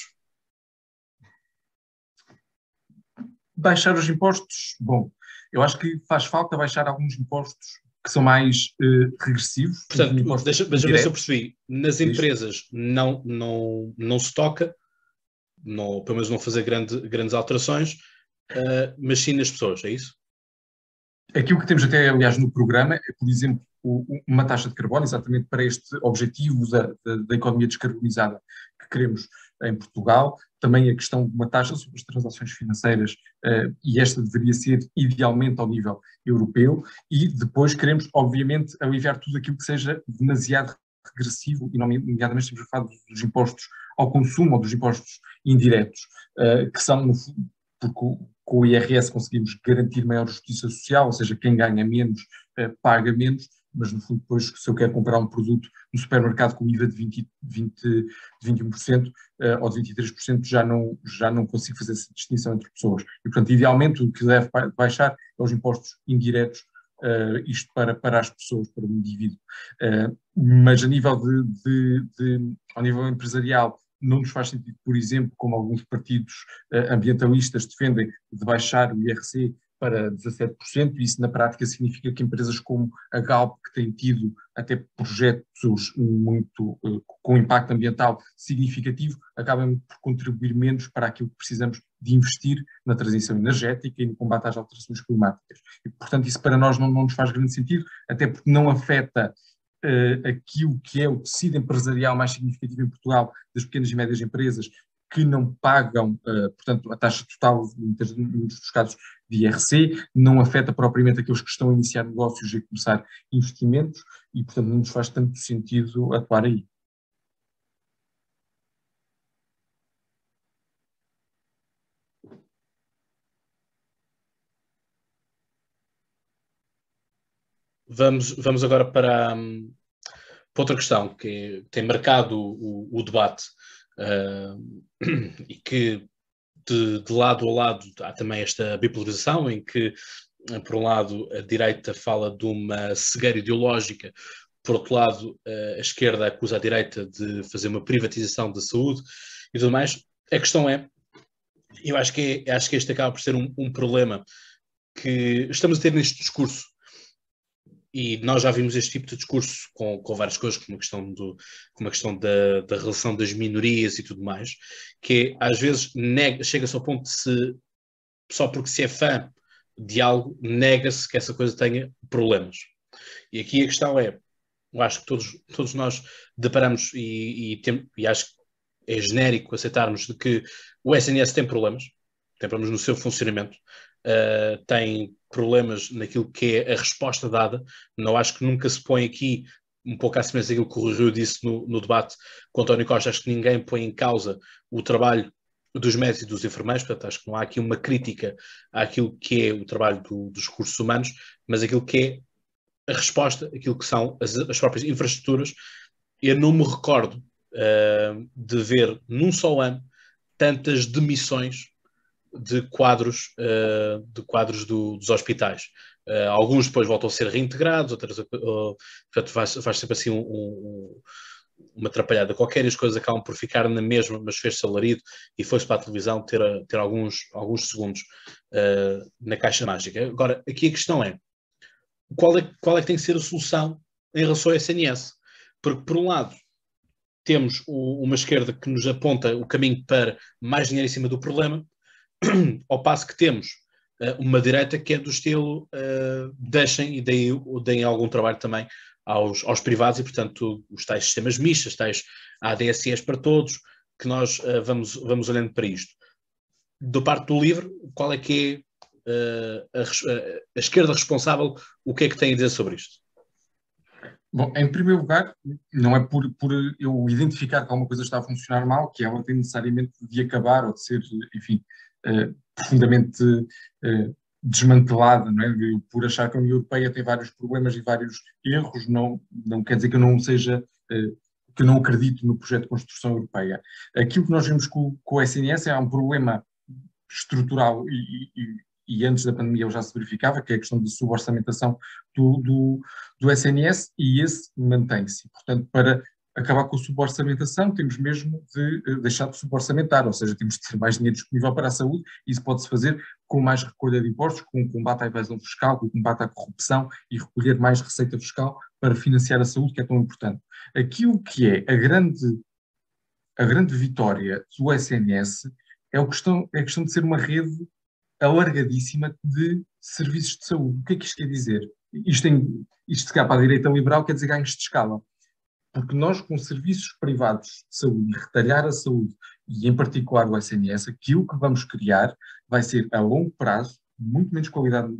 Baixar os impostos, bom, eu acho que faz falta baixar alguns impostos que são mais regressivos. Portanto, deixa-me ver se eu percebi. Nas Isto. empresas não se toca, pelo menos não fazer grandes alterações, mas sim nas pessoas, é isso? Aquilo que temos até, aliás, no programa é, por exemplo, uma taxa de carbono, exatamente para este objetivo da economia descarbonizada que queremos em Portugal. Também a questão de uma taxa sobre as transações financeiras, e esta deveria ser idealmente ao nível europeu. E depois queremos, obviamente, aliviar tudo aquilo que seja demasiado regressivo, e nomeadamente estamos a falar dos impostos ao consumo ou dos impostos indiretos, que são, no fundo, porque com o IRS conseguimos garantir maior justiça social, ou seja, quem ganha menos paga menos, mas no fundo depois, se eu quero comprar um produto no supermercado com IVA de 21% ou de 23%, já não consigo fazer essa distinção entre pessoas. E, portanto, idealmente o que deve baixar é os impostos indiretos, isto para as pessoas, para o indivíduo. Mas a nível ao nível empresarial, não nos faz sentido, por exemplo, como alguns partidos ambientalistas defendem, de baixar o IRC para 17%, e isso na prática significa que empresas como a Galp, que têm tido até projetos muito com impacto ambiental significativo, acabam por contribuir menos para aquilo que precisamos de investir na transição energética e no combate às alterações climáticas. E, portanto, isso para nós não nos faz grande sentido, até porque não afeta aquilo que é o tecido empresarial mais significativo em Portugal, das pequenas e médias empresas, que não pagam, portanto, a taxa total, em muitos dos casos, de IRC, não afeta propriamente aqueles que estão a iniciar negócios e a começar investimentos, e, portanto, não nos faz tanto sentido atuar aí. Vamos agora para outra questão que tem marcado o debate e que de lado a lado há também esta bipolarização em que, por um lado, a direita fala de uma cegueira ideológica, por outro lado, a esquerda acusa a direita de fazer uma privatização da saúde e tudo mais. A questão é, eu acho que este acaba por ser um problema que estamos a ter neste discurso. E nós já vimos este tipo de discurso com várias coisas, como a questão da relação das minorias e tudo mais, que às vezes chega-se ao ponto de só porque se é fã de algo, nega-se que essa coisa tenha problemas. E aqui a questão é, eu acho que todos nós deparamos e acho que é genérico aceitarmos de que o SNS tem problemas no seu funcionamento, tem problemas naquilo que é a resposta dada. Não acho que nunca se põe aqui, um pouco à semelhança daquilo que o Rui disse no debate com o António Costa, acho que ninguém põe em causa o trabalho dos médicos e dos enfermeiros, portanto acho que não há aqui uma crítica àquilo que é o trabalho dos recursos humanos, mas aquilo que é a resposta, aquilo que são as próprias infraestruturas. Eu não me recordo de ver num só ano tantas demissões de quadros dos hospitais. Alguns depois voltam a ser reintegrados, outras, portanto, faz sempre assim uma atrapalhada qualquer e as coisas acabam por ficar na mesma, mas fez-se alarido e foi-se para a televisão ter alguns segundos na caixa mágica. Agora, aqui a questão é, qual é que tem que ser a solução em relação ao SNS? Porque, por um lado, temos uma esquerda que nos aponta o caminho para mais dinheiro em cima do problema, ao passo que temos uma direita que é do estilo deixem e deem algum trabalho também aos privados e, portanto, os tais sistemas mistos, tais ADSEs para todos, que nós vamos olhando para isto. Da parte do LIVRE, qual é que é a esquerda responsável, o que é que tem a dizer sobre isto? Bom, em primeiro lugar, não é por eu identificar que alguma coisa está a funcionar mal, que ela tem necessariamente de acabar ou de ser, enfim, profundamente desmantelada, não é? Por achar que a União Europeia tem vários problemas e vários erros, não quer dizer que eu não seja, que eu não acredito no projeto de construção europeia. Aquilo que nós vemos com o SNS é um problema estrutural e antes da pandemia ele já se verificava, que é a questão de suborçamentação do SNS, e esse mantém-se. Portanto, para acabar com a suborçamentação, temos mesmo de deixar de suborçamentar, ou seja, temos de ter mais dinheiro disponível para a saúde, e isso pode-se fazer com mais recolha de impostos, com o combate à evasão fiscal, com o combate à corrupção e recolher mais receita fiscal para financiar a saúde, que é tão importante. Aquilo que é a grande vitória do SNS é a questão de ser uma rede alargadíssima de serviços de saúde. O que é que isto quer dizer? Isto se calhar para a direita liberal quer dizer ganhos de escala. Porque nós, com serviços privados de saúde, retalhar a saúde, e em particular o SNS, aquilo que vamos criar vai ser a longo prazo, muito menos qualidade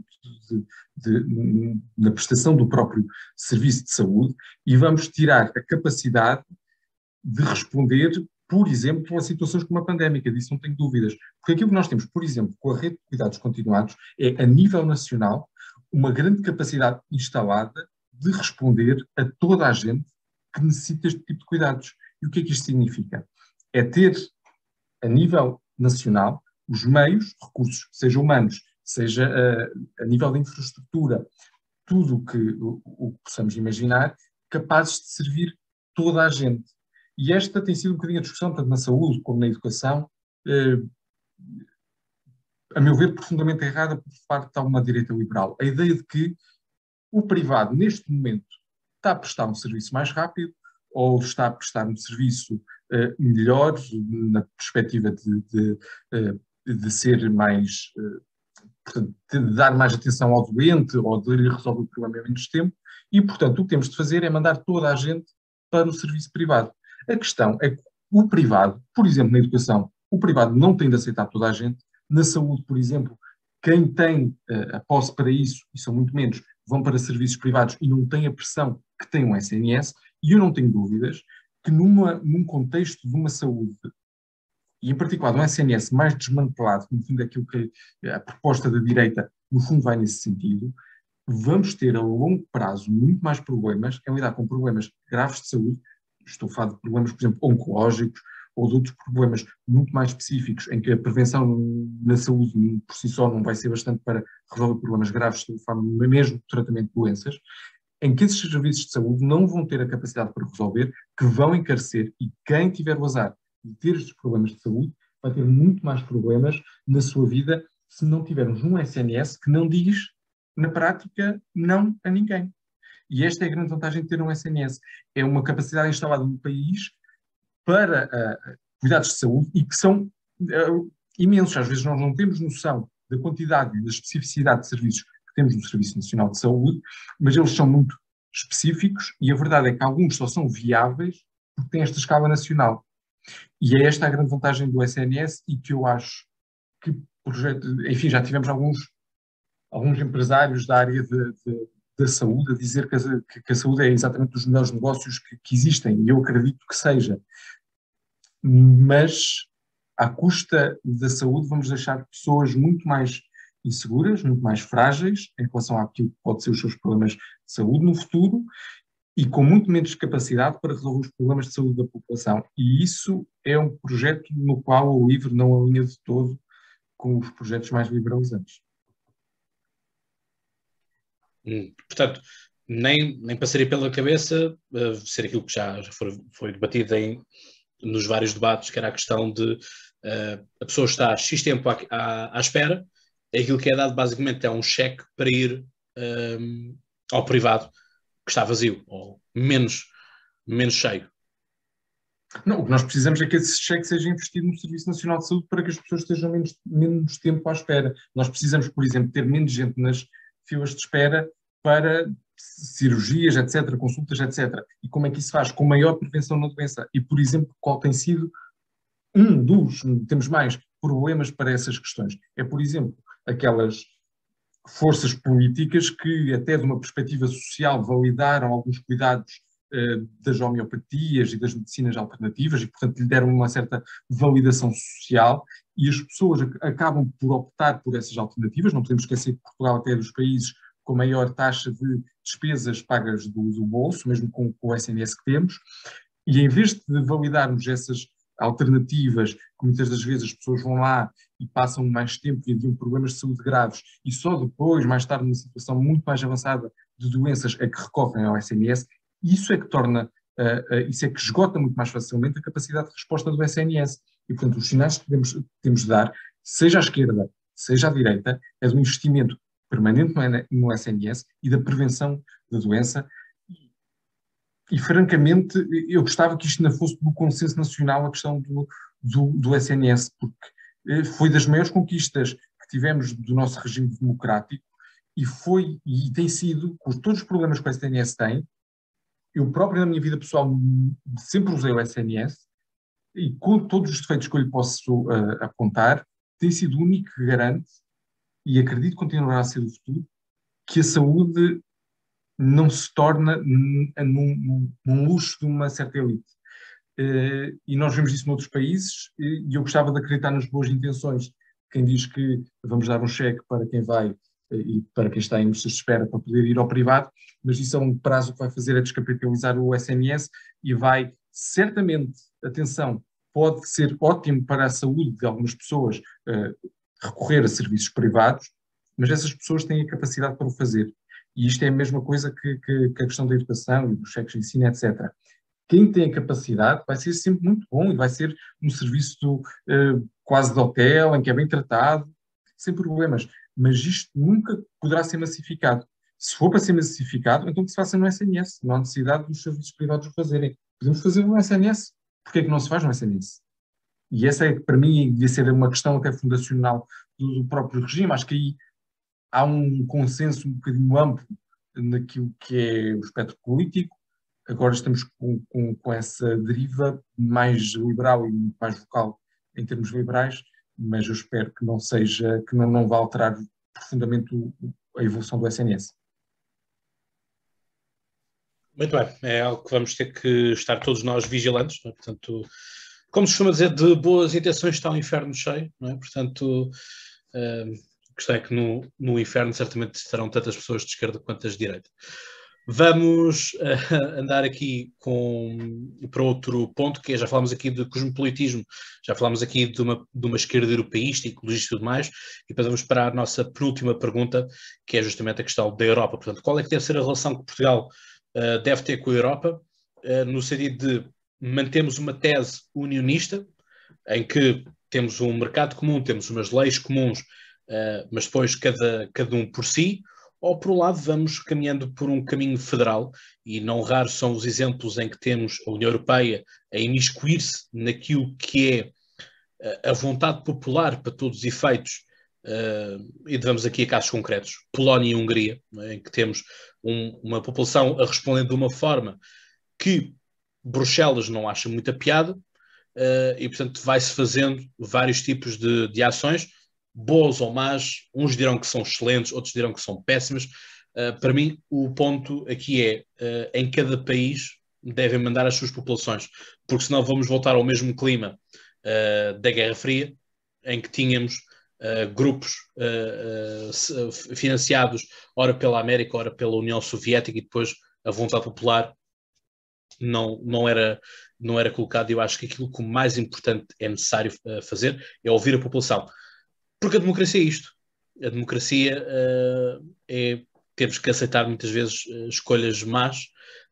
na prestação do próprio serviço de saúde, e vamos tirar a capacidade de responder, por exemplo, a situações como a pandémica, disso não tenho dúvidas. Porque aquilo que nós temos, por exemplo, com a rede de cuidados continuados, é, a nível nacional, uma grande capacidade instalada de responder a toda a gente que necessita deste tipo de cuidados. E o que é que isto significa? É ter, a nível nacional, os meios, recursos, seja humanos, seja a nível de infraestrutura, tudo o que possamos imaginar, capazes de servir toda a gente. E esta tem sido um bocadinho a discussão, tanto na saúde como na educação, a meu ver, profundamente errada por parte de alguma direita liberal. A ideia de que o privado, neste momento, está a prestar um serviço mais rápido ou está a prestar um serviço melhor, na perspectiva de ser mais, portanto, de dar mais atenção ao doente ou de lhe resolver o problema em menos tempo, e, portanto, o que temos de fazer é mandar toda a gente para o serviço privado. A questão é que o privado, por exemplo, na educação, o privado não tem de aceitar toda a gente. Na saúde, por exemplo, quem tem a posse para isso, e são muito menos, vão para serviços privados e não têm a pressão que tem um SNS, e eu não tenho dúvidas que num contexto de uma saúde, e em particular de um SNS mais desmantelado, no fundo aquilo que a proposta da direita, no fundo vai nesse sentido, vamos ter a longo prazo muito mais problemas em lidar com problemas graves de saúde. Estou a falar de problemas, por exemplo, oncológicos, ou de outros problemas muito mais específicos, em que a prevenção na saúde por si só não vai ser bastante para resolver problemas graves, de forma mesmo de tratamento de doenças, em que esses serviços de saúde não vão ter a capacidade para resolver, que vão encarecer, e quem tiver o azar de ter estes problemas de saúde vai ter muito mais problemas na sua vida se não tivermos um SNS que não diz, na prática, não a ninguém. E esta é a grande vantagem de ter um SNS. É uma capacidade instalada no país para cuidados de saúde e que são imensos. Às vezes nós não temos noção da quantidade e da especificidade de serviços que temos no Serviço Nacional de Saúde, mas eles são muito específicos e a verdade é que alguns só são viáveis porque têm esta escala nacional. E é esta a grande vantagem do SNS e que eu acho que, enfim, já tivemos alguns empresários da área da saúde a dizer que a saúde é exatamente dos melhores negócios que existem, e eu acredito que seja. Mas, à custa da saúde, vamos deixar pessoas muito mais inseguras, muito mais frágeis em relação àquilo que pode ser os seus problemas de saúde no futuro e com muito menos capacidade para resolver os problemas de saúde da população. E isso é um projeto no qual o LIVRE não alinha de todo com os projetos mais liberalizantes. Portanto, nem passaria pela cabeça ser aquilo que já foi debatido nos vários debates, que era a questão de a pessoa estar X tempo à espera, aquilo que é dado basicamente é um cheque para ir ao privado, que está vazio, ou menos cheio. Não, o que nós precisamos é que esse cheque seja investido no Serviço Nacional de Saúde para que as pessoas estejam menos tempo à espera. Nós precisamos, por exemplo, ter menos gente nas filas de espera para cirurgias, etc., consultas, etc. E como é que isso faz? Com maior prevenção na doença. E, por exemplo, qual tem sido temos mais problemas para essas questões? É, por exemplo, aquelas forças políticas que, até de uma perspectiva social, validaram alguns cuidados das homeopatias e das medicinas alternativas e, portanto, lhe deram uma certa validação social, e as pessoas acabam por optar por essas alternativas. Não podemos esquecer que Portugal até é dos países com maior taxa de despesas pagas do bolso, mesmo com o SNS que temos, e em vez de validarmos essas alternativas, que muitas das vezes as pessoas vão lá e passam mais tempo e têm problemas de saúde graves, e só depois, mais tarde, numa situação muito mais avançada de doenças, é que recorrem ao SNS, isso é que torna, isso é que esgota muito mais facilmente a capacidade de resposta do SNS. E, portanto, os sinais que temos de dar, seja à esquerda, seja à direita, é do investimento permanente no SNS e da prevenção da doença. E, francamente, eu gostava que isto não fosse do consenso nacional, a questão do SNS, porque foi das maiores conquistas que tivemos do nosso regime democrático, e tem sido, com todos os problemas que o SNS tem. Eu próprio, na minha vida pessoal, sempre usei o SNS, e com todos os defeitos que eu lhe posso apontar, tem sido o único que garante, e acredito que continuará a ser no futuro, que a saúde não se torna num luxo de uma certa elite. E nós vemos isso noutros países, e eu gostava de acreditar nas boas intenções. Quem diz que vamos dar um cheque para quem vai e para quem está em listas de espera para poder ir ao privado, mas isso é um prazo que vai fazer é descapitalizar o SNS e vai, certamente, atenção, pode ser ótimo para a saúde de algumas pessoas recorrer a serviços privados, mas essas pessoas têm a capacidade para o fazer. E isto é a mesma coisa que a questão da educação e dos cheques de ensino, etc. Quem tem a capacidade vai ser sempre muito bom e vai ser um serviço quase de hotel, em que é bem tratado, sem problemas. Mas isto nunca poderá ser massificado. Se for para ser massificado, então que se faça no SNS. Não há necessidade dos serviços privados o fazerem. Podemos fazer no SNS. Porquê é que não se faz no SNS? E essa é, para mim, devia ser uma questão até fundacional do próprio regime. Acho que aí há um consenso um bocadinho amplo naquilo que é o espectro político. Agora estamos com essa deriva mais liberal e muito mais vocal em termos liberais, mas eu espero que não seja, que não vá alterar profundamente a evolução do SNS. Muito bem, é algo que vamos ter que estar todos nós vigilantes, não é? Portanto, como se costuma dizer, de boas intenções está o inferno cheio, não é? Portanto, a questão é que no inferno certamente estarão tantas pessoas de esquerda quanto as de direita. Vamos andar aqui para outro ponto, que é, já falámos aqui de cosmopolitismo, já falámos aqui de uma esquerda europeísta, ecologista e tudo mais, e depois vamos para a nossa penúltima pergunta, que é justamente a questão da Europa. Portanto, qual é que deve ser a relação que Portugal deve ter com a Europa, no sentido de mantemos uma tese unionista, em que temos um mercado comum, temos umas leis comuns, mas depois cada um por si, ou por um lado vamos caminhando por um caminho federal, e não raros são os exemplos em que temos a União Europeia a imiscuir-se naquilo que é a vontade popular para todos os efeitos, e vamos aqui a casos concretos, Polónia e Hungria, em que temos uma população a responder de uma forma que Bruxelas não acha muita piada, e portanto vai-se fazendo vários tipos de ações, boas ou más, uns dirão que são excelentes, outros dirão que são péssimas. Para mim, o ponto aqui é, em cada país devem mandar as suas populações, porque senão vamos voltar ao mesmo clima da Guerra Fria, em que tínhamos grupos financiados ora pela América, ora pela União Soviética, e depois a vontade popular não era colocado. Eu acho que aquilo que o mais importante é necessário fazer é ouvir a população. Porque a democracia é isto. A democracia é temos que aceitar muitas vezes escolhas más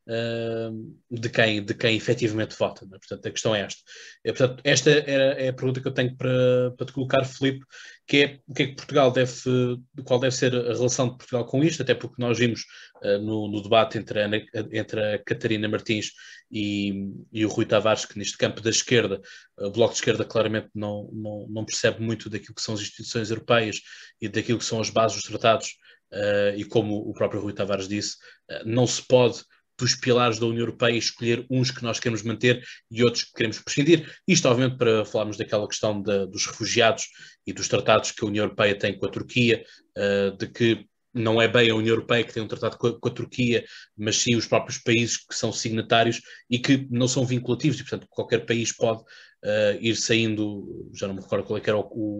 de quem efetivamente vota. Né? Portanto, a questão é esta. Portanto, esta é a pergunta que eu tenho para te colocar, Filipe, que é o que é que Portugal qual deve ser a relação de Portugal com isto, até porque nós vimos no debate entre a Catarina Martins e o Rui Tavares, que neste campo da esquerda, o Bloco de Esquerda claramente não percebe muito daquilo que são as instituições europeias e daquilo que são as bases dos tratados, e como o próprio Rui Tavares disse, não se pode dos pilares da União Europeia escolher uns que nós queremos manter e outros que queremos prescindir. Isto, obviamente, para falarmos daquela questão dos refugiados e dos tratados que a União Europeia tem com a Turquia, de que não é bem a União Europeia que tem um tratado com a Turquia, mas sim os próprios países que são signatários e que não são vinculativos, e, portanto, qualquer país pode ir saindo, já não me recordo qual é que era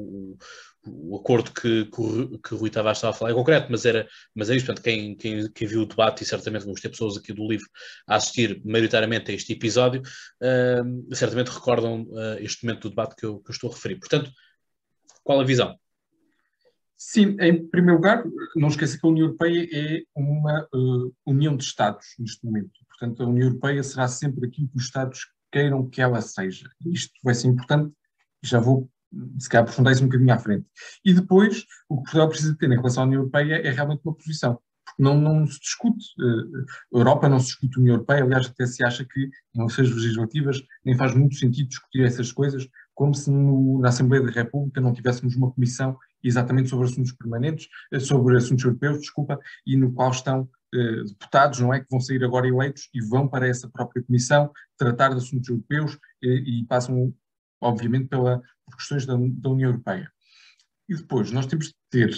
o acordo que o Rui Tavares estava a falar em concreto, mas é isso. Portanto, quem viu o debate, e certamente vamos ter pessoas aqui do livro a assistir maioritariamente a este episódio, certamente recordam este momento do debate que eu estou a referir. Portanto, qual a visão? Sim, em primeiro lugar, não esqueça que a União Europeia é uma união de Estados neste momento. Portanto, a União Europeia será sempre aquilo que os Estados queiram que ela seja. Isto vai ser importante, já vou, se calhar, aprofundar isso um bocadinho à frente. E depois, o que Portugal precisa ter em relação à União Europeia é realmente uma posição. Porque não se discute, a Europa não se discute a União Europeia, aliás, até se acha que em eleições legislativas nem faz muito sentido discutir essas coisas, como se na Assembleia da República não tivéssemos uma comissão exatamente sobre assuntos permanentes, sobre assuntos europeus, desculpa, e no qual estão deputados, não é, que vão sair agora eleitos e vão para essa própria comissão tratar de assuntos europeus e passam, obviamente, por questões da União Europeia. E depois nós temos de ter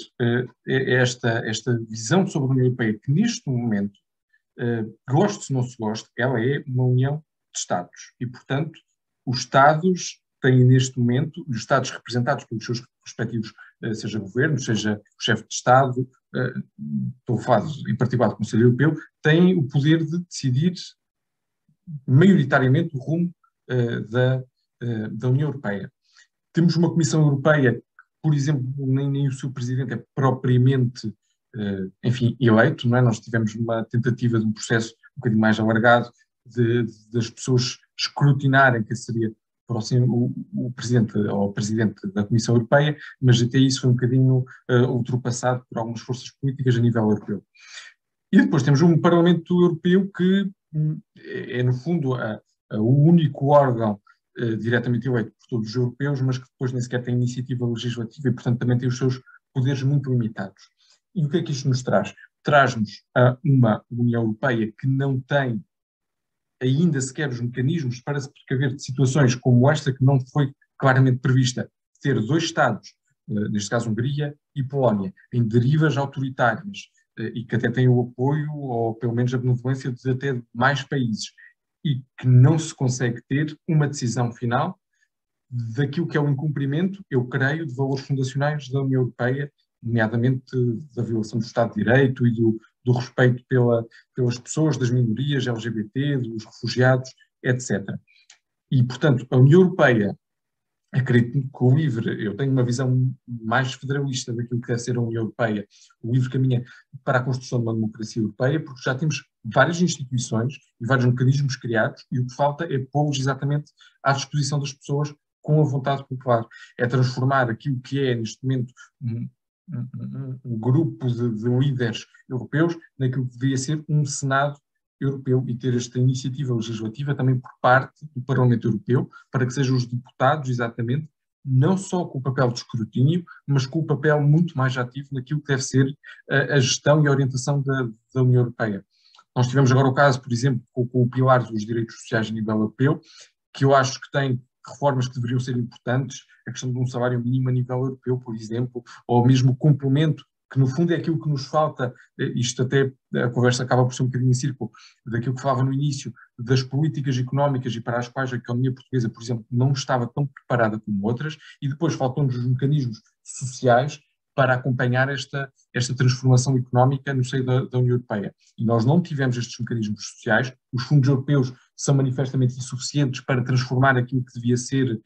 esta visão sobre a União Europeia, que neste momento, goste ou não se goste, ela é uma união de Estados. E, portanto, os Estados têm neste momento, os Estados representados pelos seus respectivos, seja governos, seja o chefe de Estado, estou a falar em particular do Conselho Europeu, têm o poder de decidir maioritariamente o rumo da União Europeia. Temos uma Comissão Europeia que, por exemplo, nem o seu presidente é propriamente, enfim, eleito, não é? Nós tivemos uma tentativa de um processo um bocadinho mais alargado das pessoas escrutinarem quem seria o presidente ou o presidente da Comissão Europeia, mas até isso foi um bocadinho ultrapassado por algumas forças políticas a nível europeu. E depois temos um Parlamento Europeu que é, no fundo, o único órgão diretamente eleito por todos os europeus, mas que depois nem sequer tem iniciativa legislativa e, portanto, também tem os seus poderes muito limitados. E o que é que isto nos traz? Traz-nos a uma União Europeia que não tem ainda sequer os mecanismos para se precaver de situações como esta, que não foi claramente prevista, ter dois Estados, neste caso Hungria e Polónia, em derivas autoritárias, e que até têm o apoio, ou pelo menos a benevolência, de até mais países, e que não se consegue ter uma decisão final daquilo que é o incumprimento, eu creio, de valores fundacionais da União Europeia, nomeadamente da violação do Estado de Direito e do respeito pelas pessoas, das minorias LGBT, dos refugiados, etc. E, portanto, a União Europeia, acredito que o LIVRE, eu tenho uma visão mais federalista daquilo que deve ser a União Europeia, o LIVRE caminha para a construção de uma democracia europeia, porque já temos várias instituições e vários mecanismos criados, e o que falta é pô-los exatamente à disposição das pessoas com a vontade popular. É transformar aquilo que é, neste momento, um grupo de líderes europeus naquilo que devia ser um Senado europeu e ter esta iniciativa legislativa também por parte do Parlamento Europeu, para que sejam os deputados, exatamente, não só com o papel de escrutínio, mas com o papel muito mais ativo naquilo que deve ser a gestão e a orientação da União Europeia. Nós tivemos agora o caso, por exemplo, com o pilar dos direitos sociais a nível europeu, que eu acho que tem reformas que deveriam ser importantes, a questão de um salário mínimo a nível europeu, por exemplo, ou mesmo o complemento, que no fundo é aquilo que nos falta, isto até a conversa acaba por ser um bocadinho em círculo, daquilo que falava no início, das políticas económicas e para as quais a economia portuguesa, por exemplo, não estava tão preparada como outras, e depois faltam-nos os mecanismos sociais para acompanhar esta transformação económica no seio da União Europeia. E nós não tivemos estes mecanismos sociais, os fundos europeus são manifestamente insuficientes para transformar aquilo que devia ser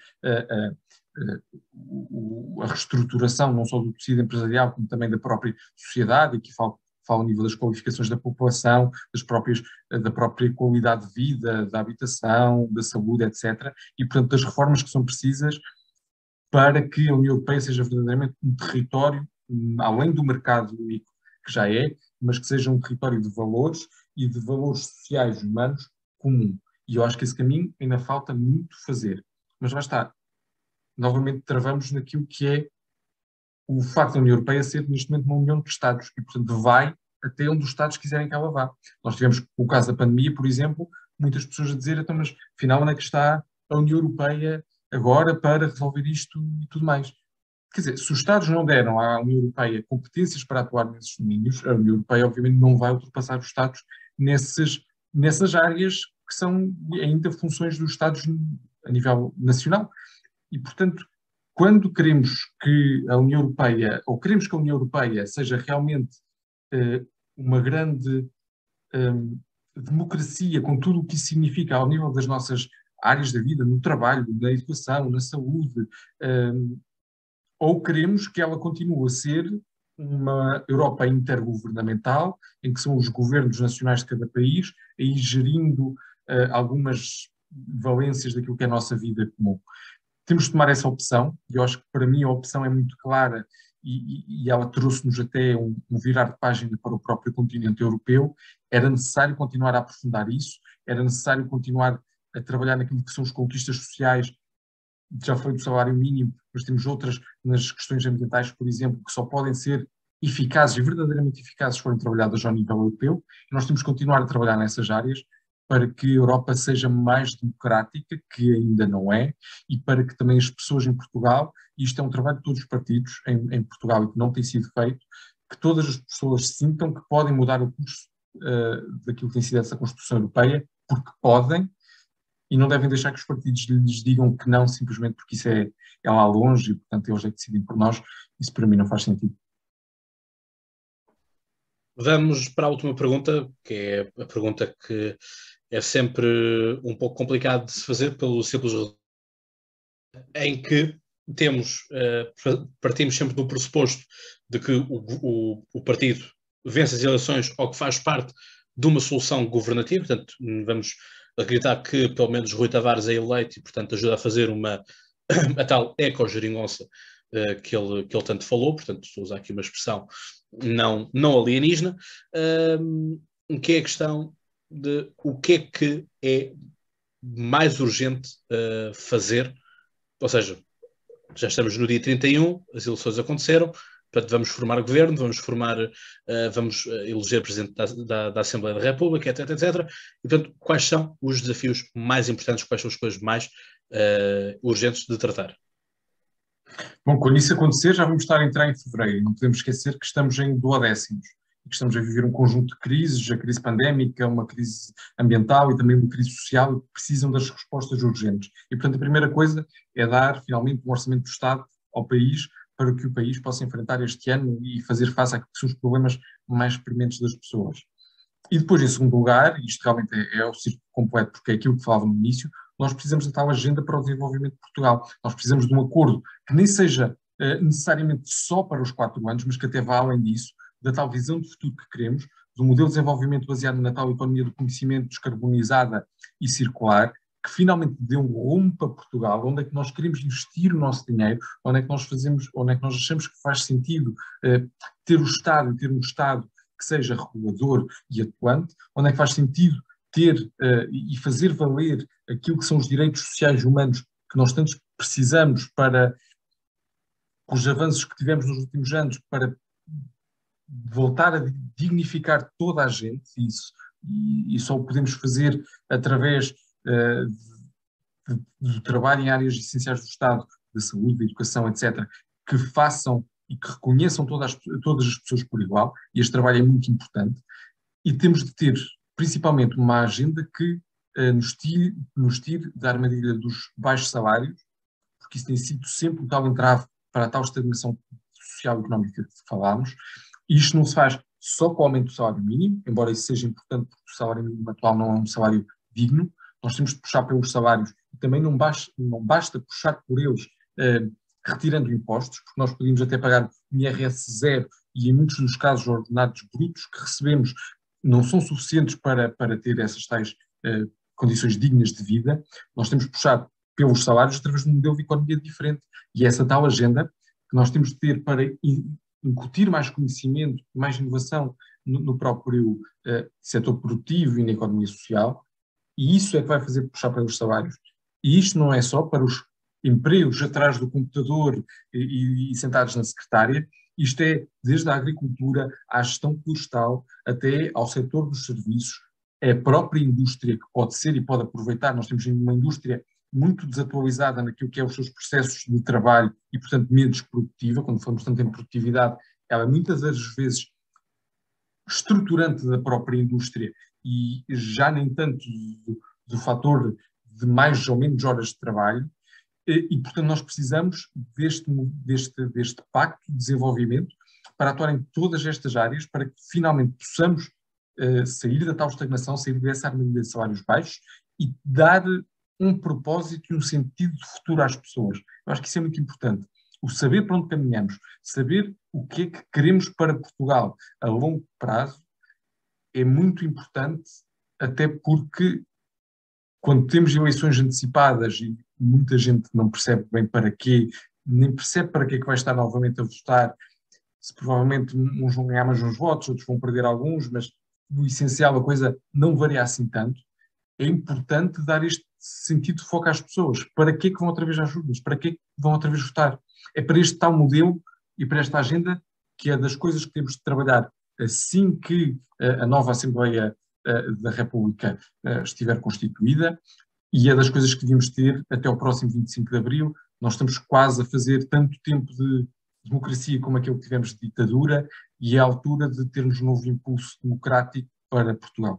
a reestruturação não só do tecido empresarial, como também da própria sociedade, e aqui falo falo ao nível das qualificações da população, da própria qualidade de vida, da habitação, da saúde, etc. E, portanto, das reformas que são precisas para que a União Europeia seja verdadeiramente um território, além do mercado único que já é, mas que seja um território de valores e de valores sociais humanos comum. E eu acho que esse caminho ainda falta muito fazer. Mas lá está. Novamente travamos naquilo que é o facto da União Europeia ser neste momento uma união de Estados e, portanto, vai até onde os Estados quiserem que ela vá. Nós tivemos o caso da pandemia, por exemplo, muitas pessoas a dizer, então, mas afinal onde é que está a União Europeia agora para resolver isto e tudo mais? Quer dizer, se os Estados não deram à União Europeia competências para atuar nesses domínios, a União Europeia obviamente não vai ultrapassar os Estados nessas áreas que são ainda funções dos Estados a nível nacional. E, portanto, quando queremos que a União Europeia, ou queremos que a União Europeia seja realmente uma grande democracia, com tudo o que isso significa ao nível das nossas áreas da vida, no trabalho, na educação, na saúde, ou queremos que ela continue a ser uma Europa intergovernamental, em que são os governos nacionais de cada país, aí gerindo algumas valências daquilo que é a nossa vida comum. Temos de tomar essa opção, e eu acho que para mim a opção é muito clara e ela trouxe-nos até um virar de página para o próprio continente europeu. Era necessário continuar a aprofundar isso, era necessário continuar a trabalhar naquilo que são as conquistas sociais. Já foi do salário mínimo, mas temos outras nas questões ambientais, por exemplo, que só podem ser eficazes e verdadeiramente eficazes se forem trabalhadas ao nível europeu. E nós temos que continuar a trabalhar nessas áreas para que a Europa seja mais democrática, que ainda não é, e para que também as pessoas em Portugal, e isto é um trabalho de todos os partidos em Portugal e que não tem sido feito, que todas as pessoas sintam que podem mudar o curso daquilo que tem sido essa Constituição Europeia, porque podem, e não devem deixar que os partidos lhes digam que não, simplesmente porque isso é lá longe e, portanto, eles é que decidem por nós. Isso para mim não faz sentido. Vamos para a última pergunta, que é a pergunta que é sempre um pouco complicado de se fazer pelo simples em que partimos sempre do pressuposto de que o partido vence as eleições ou que faz parte de uma solução governativa, portanto, vamos acreditar que pelo menos Rui Tavares é eleito e, portanto, ajuda a fazer a tal eco-geringonça que ele tanto falou, portanto, estou a usar aqui uma expressão não alienígena, que é a questão de o que é mais urgente fazer, ou seja, já estamos no dia 31, as eleições aconteceram, portanto vamos formar governo, vamos eleger presidente da Assembleia da República, etc, etc. E, portanto, quais são os desafios mais importantes, quais são as coisas mais urgentes de tratar? Bom, quando isso acontecer, já vamos estar a entrar em fevereiro. Não podemos esquecer que estamos em duodécimos e que estamos a viver um conjunto de crises, a crise pandémica, uma crise ambiental e também uma crise social, e que precisam das respostas urgentes. E, portanto, a primeira coisa é dar, finalmente, um orçamento do Estado ao país para que o país possa enfrentar este ano e fazer face àqueles que são os problemas mais prementes das pessoas. E depois, em segundo lugar, e isto realmente é o círculo completo, porque é aquilo que falava no início, nós precisamos de tal agenda para o desenvolvimento de Portugal. Nós precisamos de um acordo que nem seja necessariamente só para os 4 anos, mas que até vá além disso, da tal visão de futuro que queremos, do modelo de desenvolvimento baseado na tal economia do conhecimento descarbonizada e circular, que finalmente dê um rumo para Portugal, onde é que nós queremos investir o nosso dinheiro, onde é que nós achamos que faz sentido ter um Estado que seja regulador e atuante, onde é que faz sentido ter e fazer valer aquilo que são os direitos sociais humanos que nós tanto precisamos para os avanços que tivemos nos últimos anos, para voltar a dignificar toda a gente, e só o podemos fazer através do trabalho em áreas essenciais do Estado, da saúde, da educação, etc., que façam e que reconheçam todas as pessoas por igual, e este trabalho é muito importante, e temos de ter, principalmente, uma agenda que nos tire da armadilha dos baixos salários, porque isso tem sido sempre o tal entrave para a tal estagnação social e económica que falámos, e isto não se faz só com o aumento do salário mínimo, embora isso seja importante porque o salário mínimo atual não é um salário digno, nós temos de puxar pelos salários, e também não basta puxar por eles retirando impostos, porque nós podíamos até pagar um IRS zero e em muitos dos casos ordenados brutos que recebemos não são suficientes para ter essas tais condições dignas de vida. Nós temos que puxar pelos salários através de um modelo de economia diferente, e essa tal agenda que nós temos de ter para incutir mais conhecimento, mais inovação no próprio setor produtivo e na economia social, e isso é que vai fazer puxar pelos salários. E isto não é só para os empregos atrás do computador e sentados na secretária, isto é desde a agricultura à gestão florestal até ao setor dos serviços, é a própria indústria que pode ser e pode aproveitar. Nós temos uma indústria muito desatualizada naquilo que é os seus processos de trabalho e, portanto, menos produtiva. Quando falamos tanto em produtividade, ela é muitas das vezes estruturante da própria indústria e já nem tanto do fator de mais ou menos horas de trabalho. E, portanto, nós precisamos deste pacto de desenvolvimento para atuar em todas estas áreas, para que finalmente possamos sair da tal estagnação, sair dessa armadilha de salários baixos e dar um propósito e um sentido de futuro às pessoas. Eu acho que isso é muito importante. O saber para onde caminhamos, saber o que é que queremos para Portugal a longo prazo é muito importante, até porque quando temos eleições antecipadas e muita gente não percebe bem para quê, nem percebe para que é que vai estar novamente a votar, se provavelmente uns vão ganhar mais uns votos, outros vão perder alguns, mas no essencial a coisa não varia assim tanto. É importante dar este sentido de foco às pessoas. Para que é que vão outra vez às urnas? Para que é que vão outra vez votar? É para este tal modelo e para esta agenda que é das coisas que temos de trabalhar assim que a nova Assembleia da República estiver constituída, e é das coisas que devíamos ter até o próximo 25 de Abril. Nós estamos quase a fazer tanto tempo de democracia como aquele que tivemos de ditadura, e é a altura de termos um novo impulso democrático para Portugal.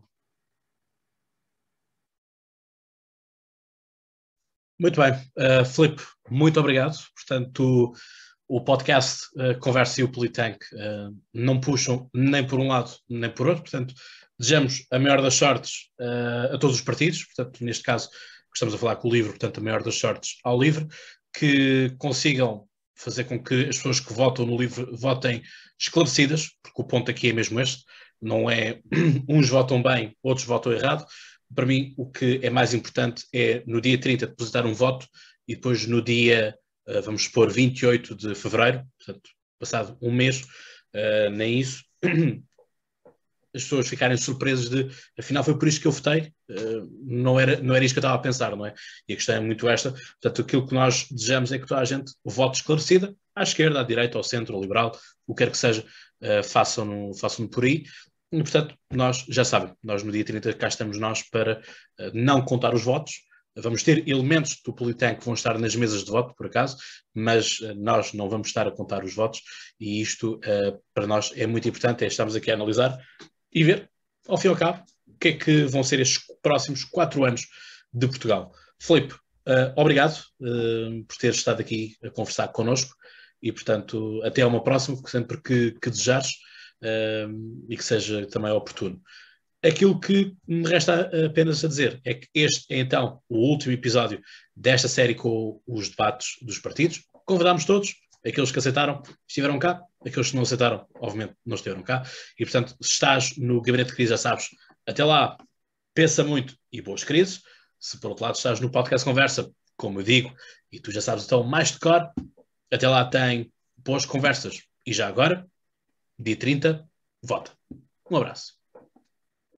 Muito bem. Filipe, muito obrigado. Portanto, o podcast Conversa e o Politank não puxam nem por um lado nem por outro. Portanto, desejamos a maior das sortes a todos os partidos. Portanto, neste caso, estamos a falar com o LIVRE, portanto, a maior das sortes ao LIVRE, que consigam fazer com que as pessoas que votam no LIVRE votem esclarecidas, porque o ponto aqui é mesmo este. Não é uns votam bem, outros votam errado. Para mim, o que é mais importante é no dia 30 depositar um voto e depois no dia, vamos supor, 28 de fevereiro, portanto, passado um mês, nem isso, as pessoas ficarem surpresas de, afinal foi por isto que eu votei, não era isto que eu estava a pensar, não é? E a questão é muito esta. Portanto, aquilo que nós desejamos é que toda a gente vote esclarecida, à esquerda, à direita, ao centro, ao liberal, o que quer que seja, façam-no por aí. E, portanto, nós, já sabem, nós no dia 30 cá estamos nós para não contar os votos. Vamos ter elementos do Politank que vão estar nas mesas de voto, por acaso, mas nós não vamos estar a contar os votos, e isto para nós é muito importante, estamos aqui a analisar e ver, ao fim e ao cabo, o que é que vão ser estes próximos 4 anos de Portugal. Filipe, obrigado por ter estado aqui a conversar connosco, e, portanto, até uma próxima, sempre que desejares, e que seja também oportuno. Aquilo que me resta apenas a dizer é que este é então o último episódio desta série com os debates dos partidos. Convidámos todos, aqueles que aceitaram estiveram cá, aqueles que não aceitaram, obviamente, não estiveram cá. E, portanto, se estás no Gabinete de Crise, já sabes, até lá, pensa muito e boas crises. Se, por outro lado, estás no Podcast Conversa, como eu digo, e tu já sabes, então, mais de cor, até lá tem boas conversas. E já agora, dia 30, vota. Um abraço.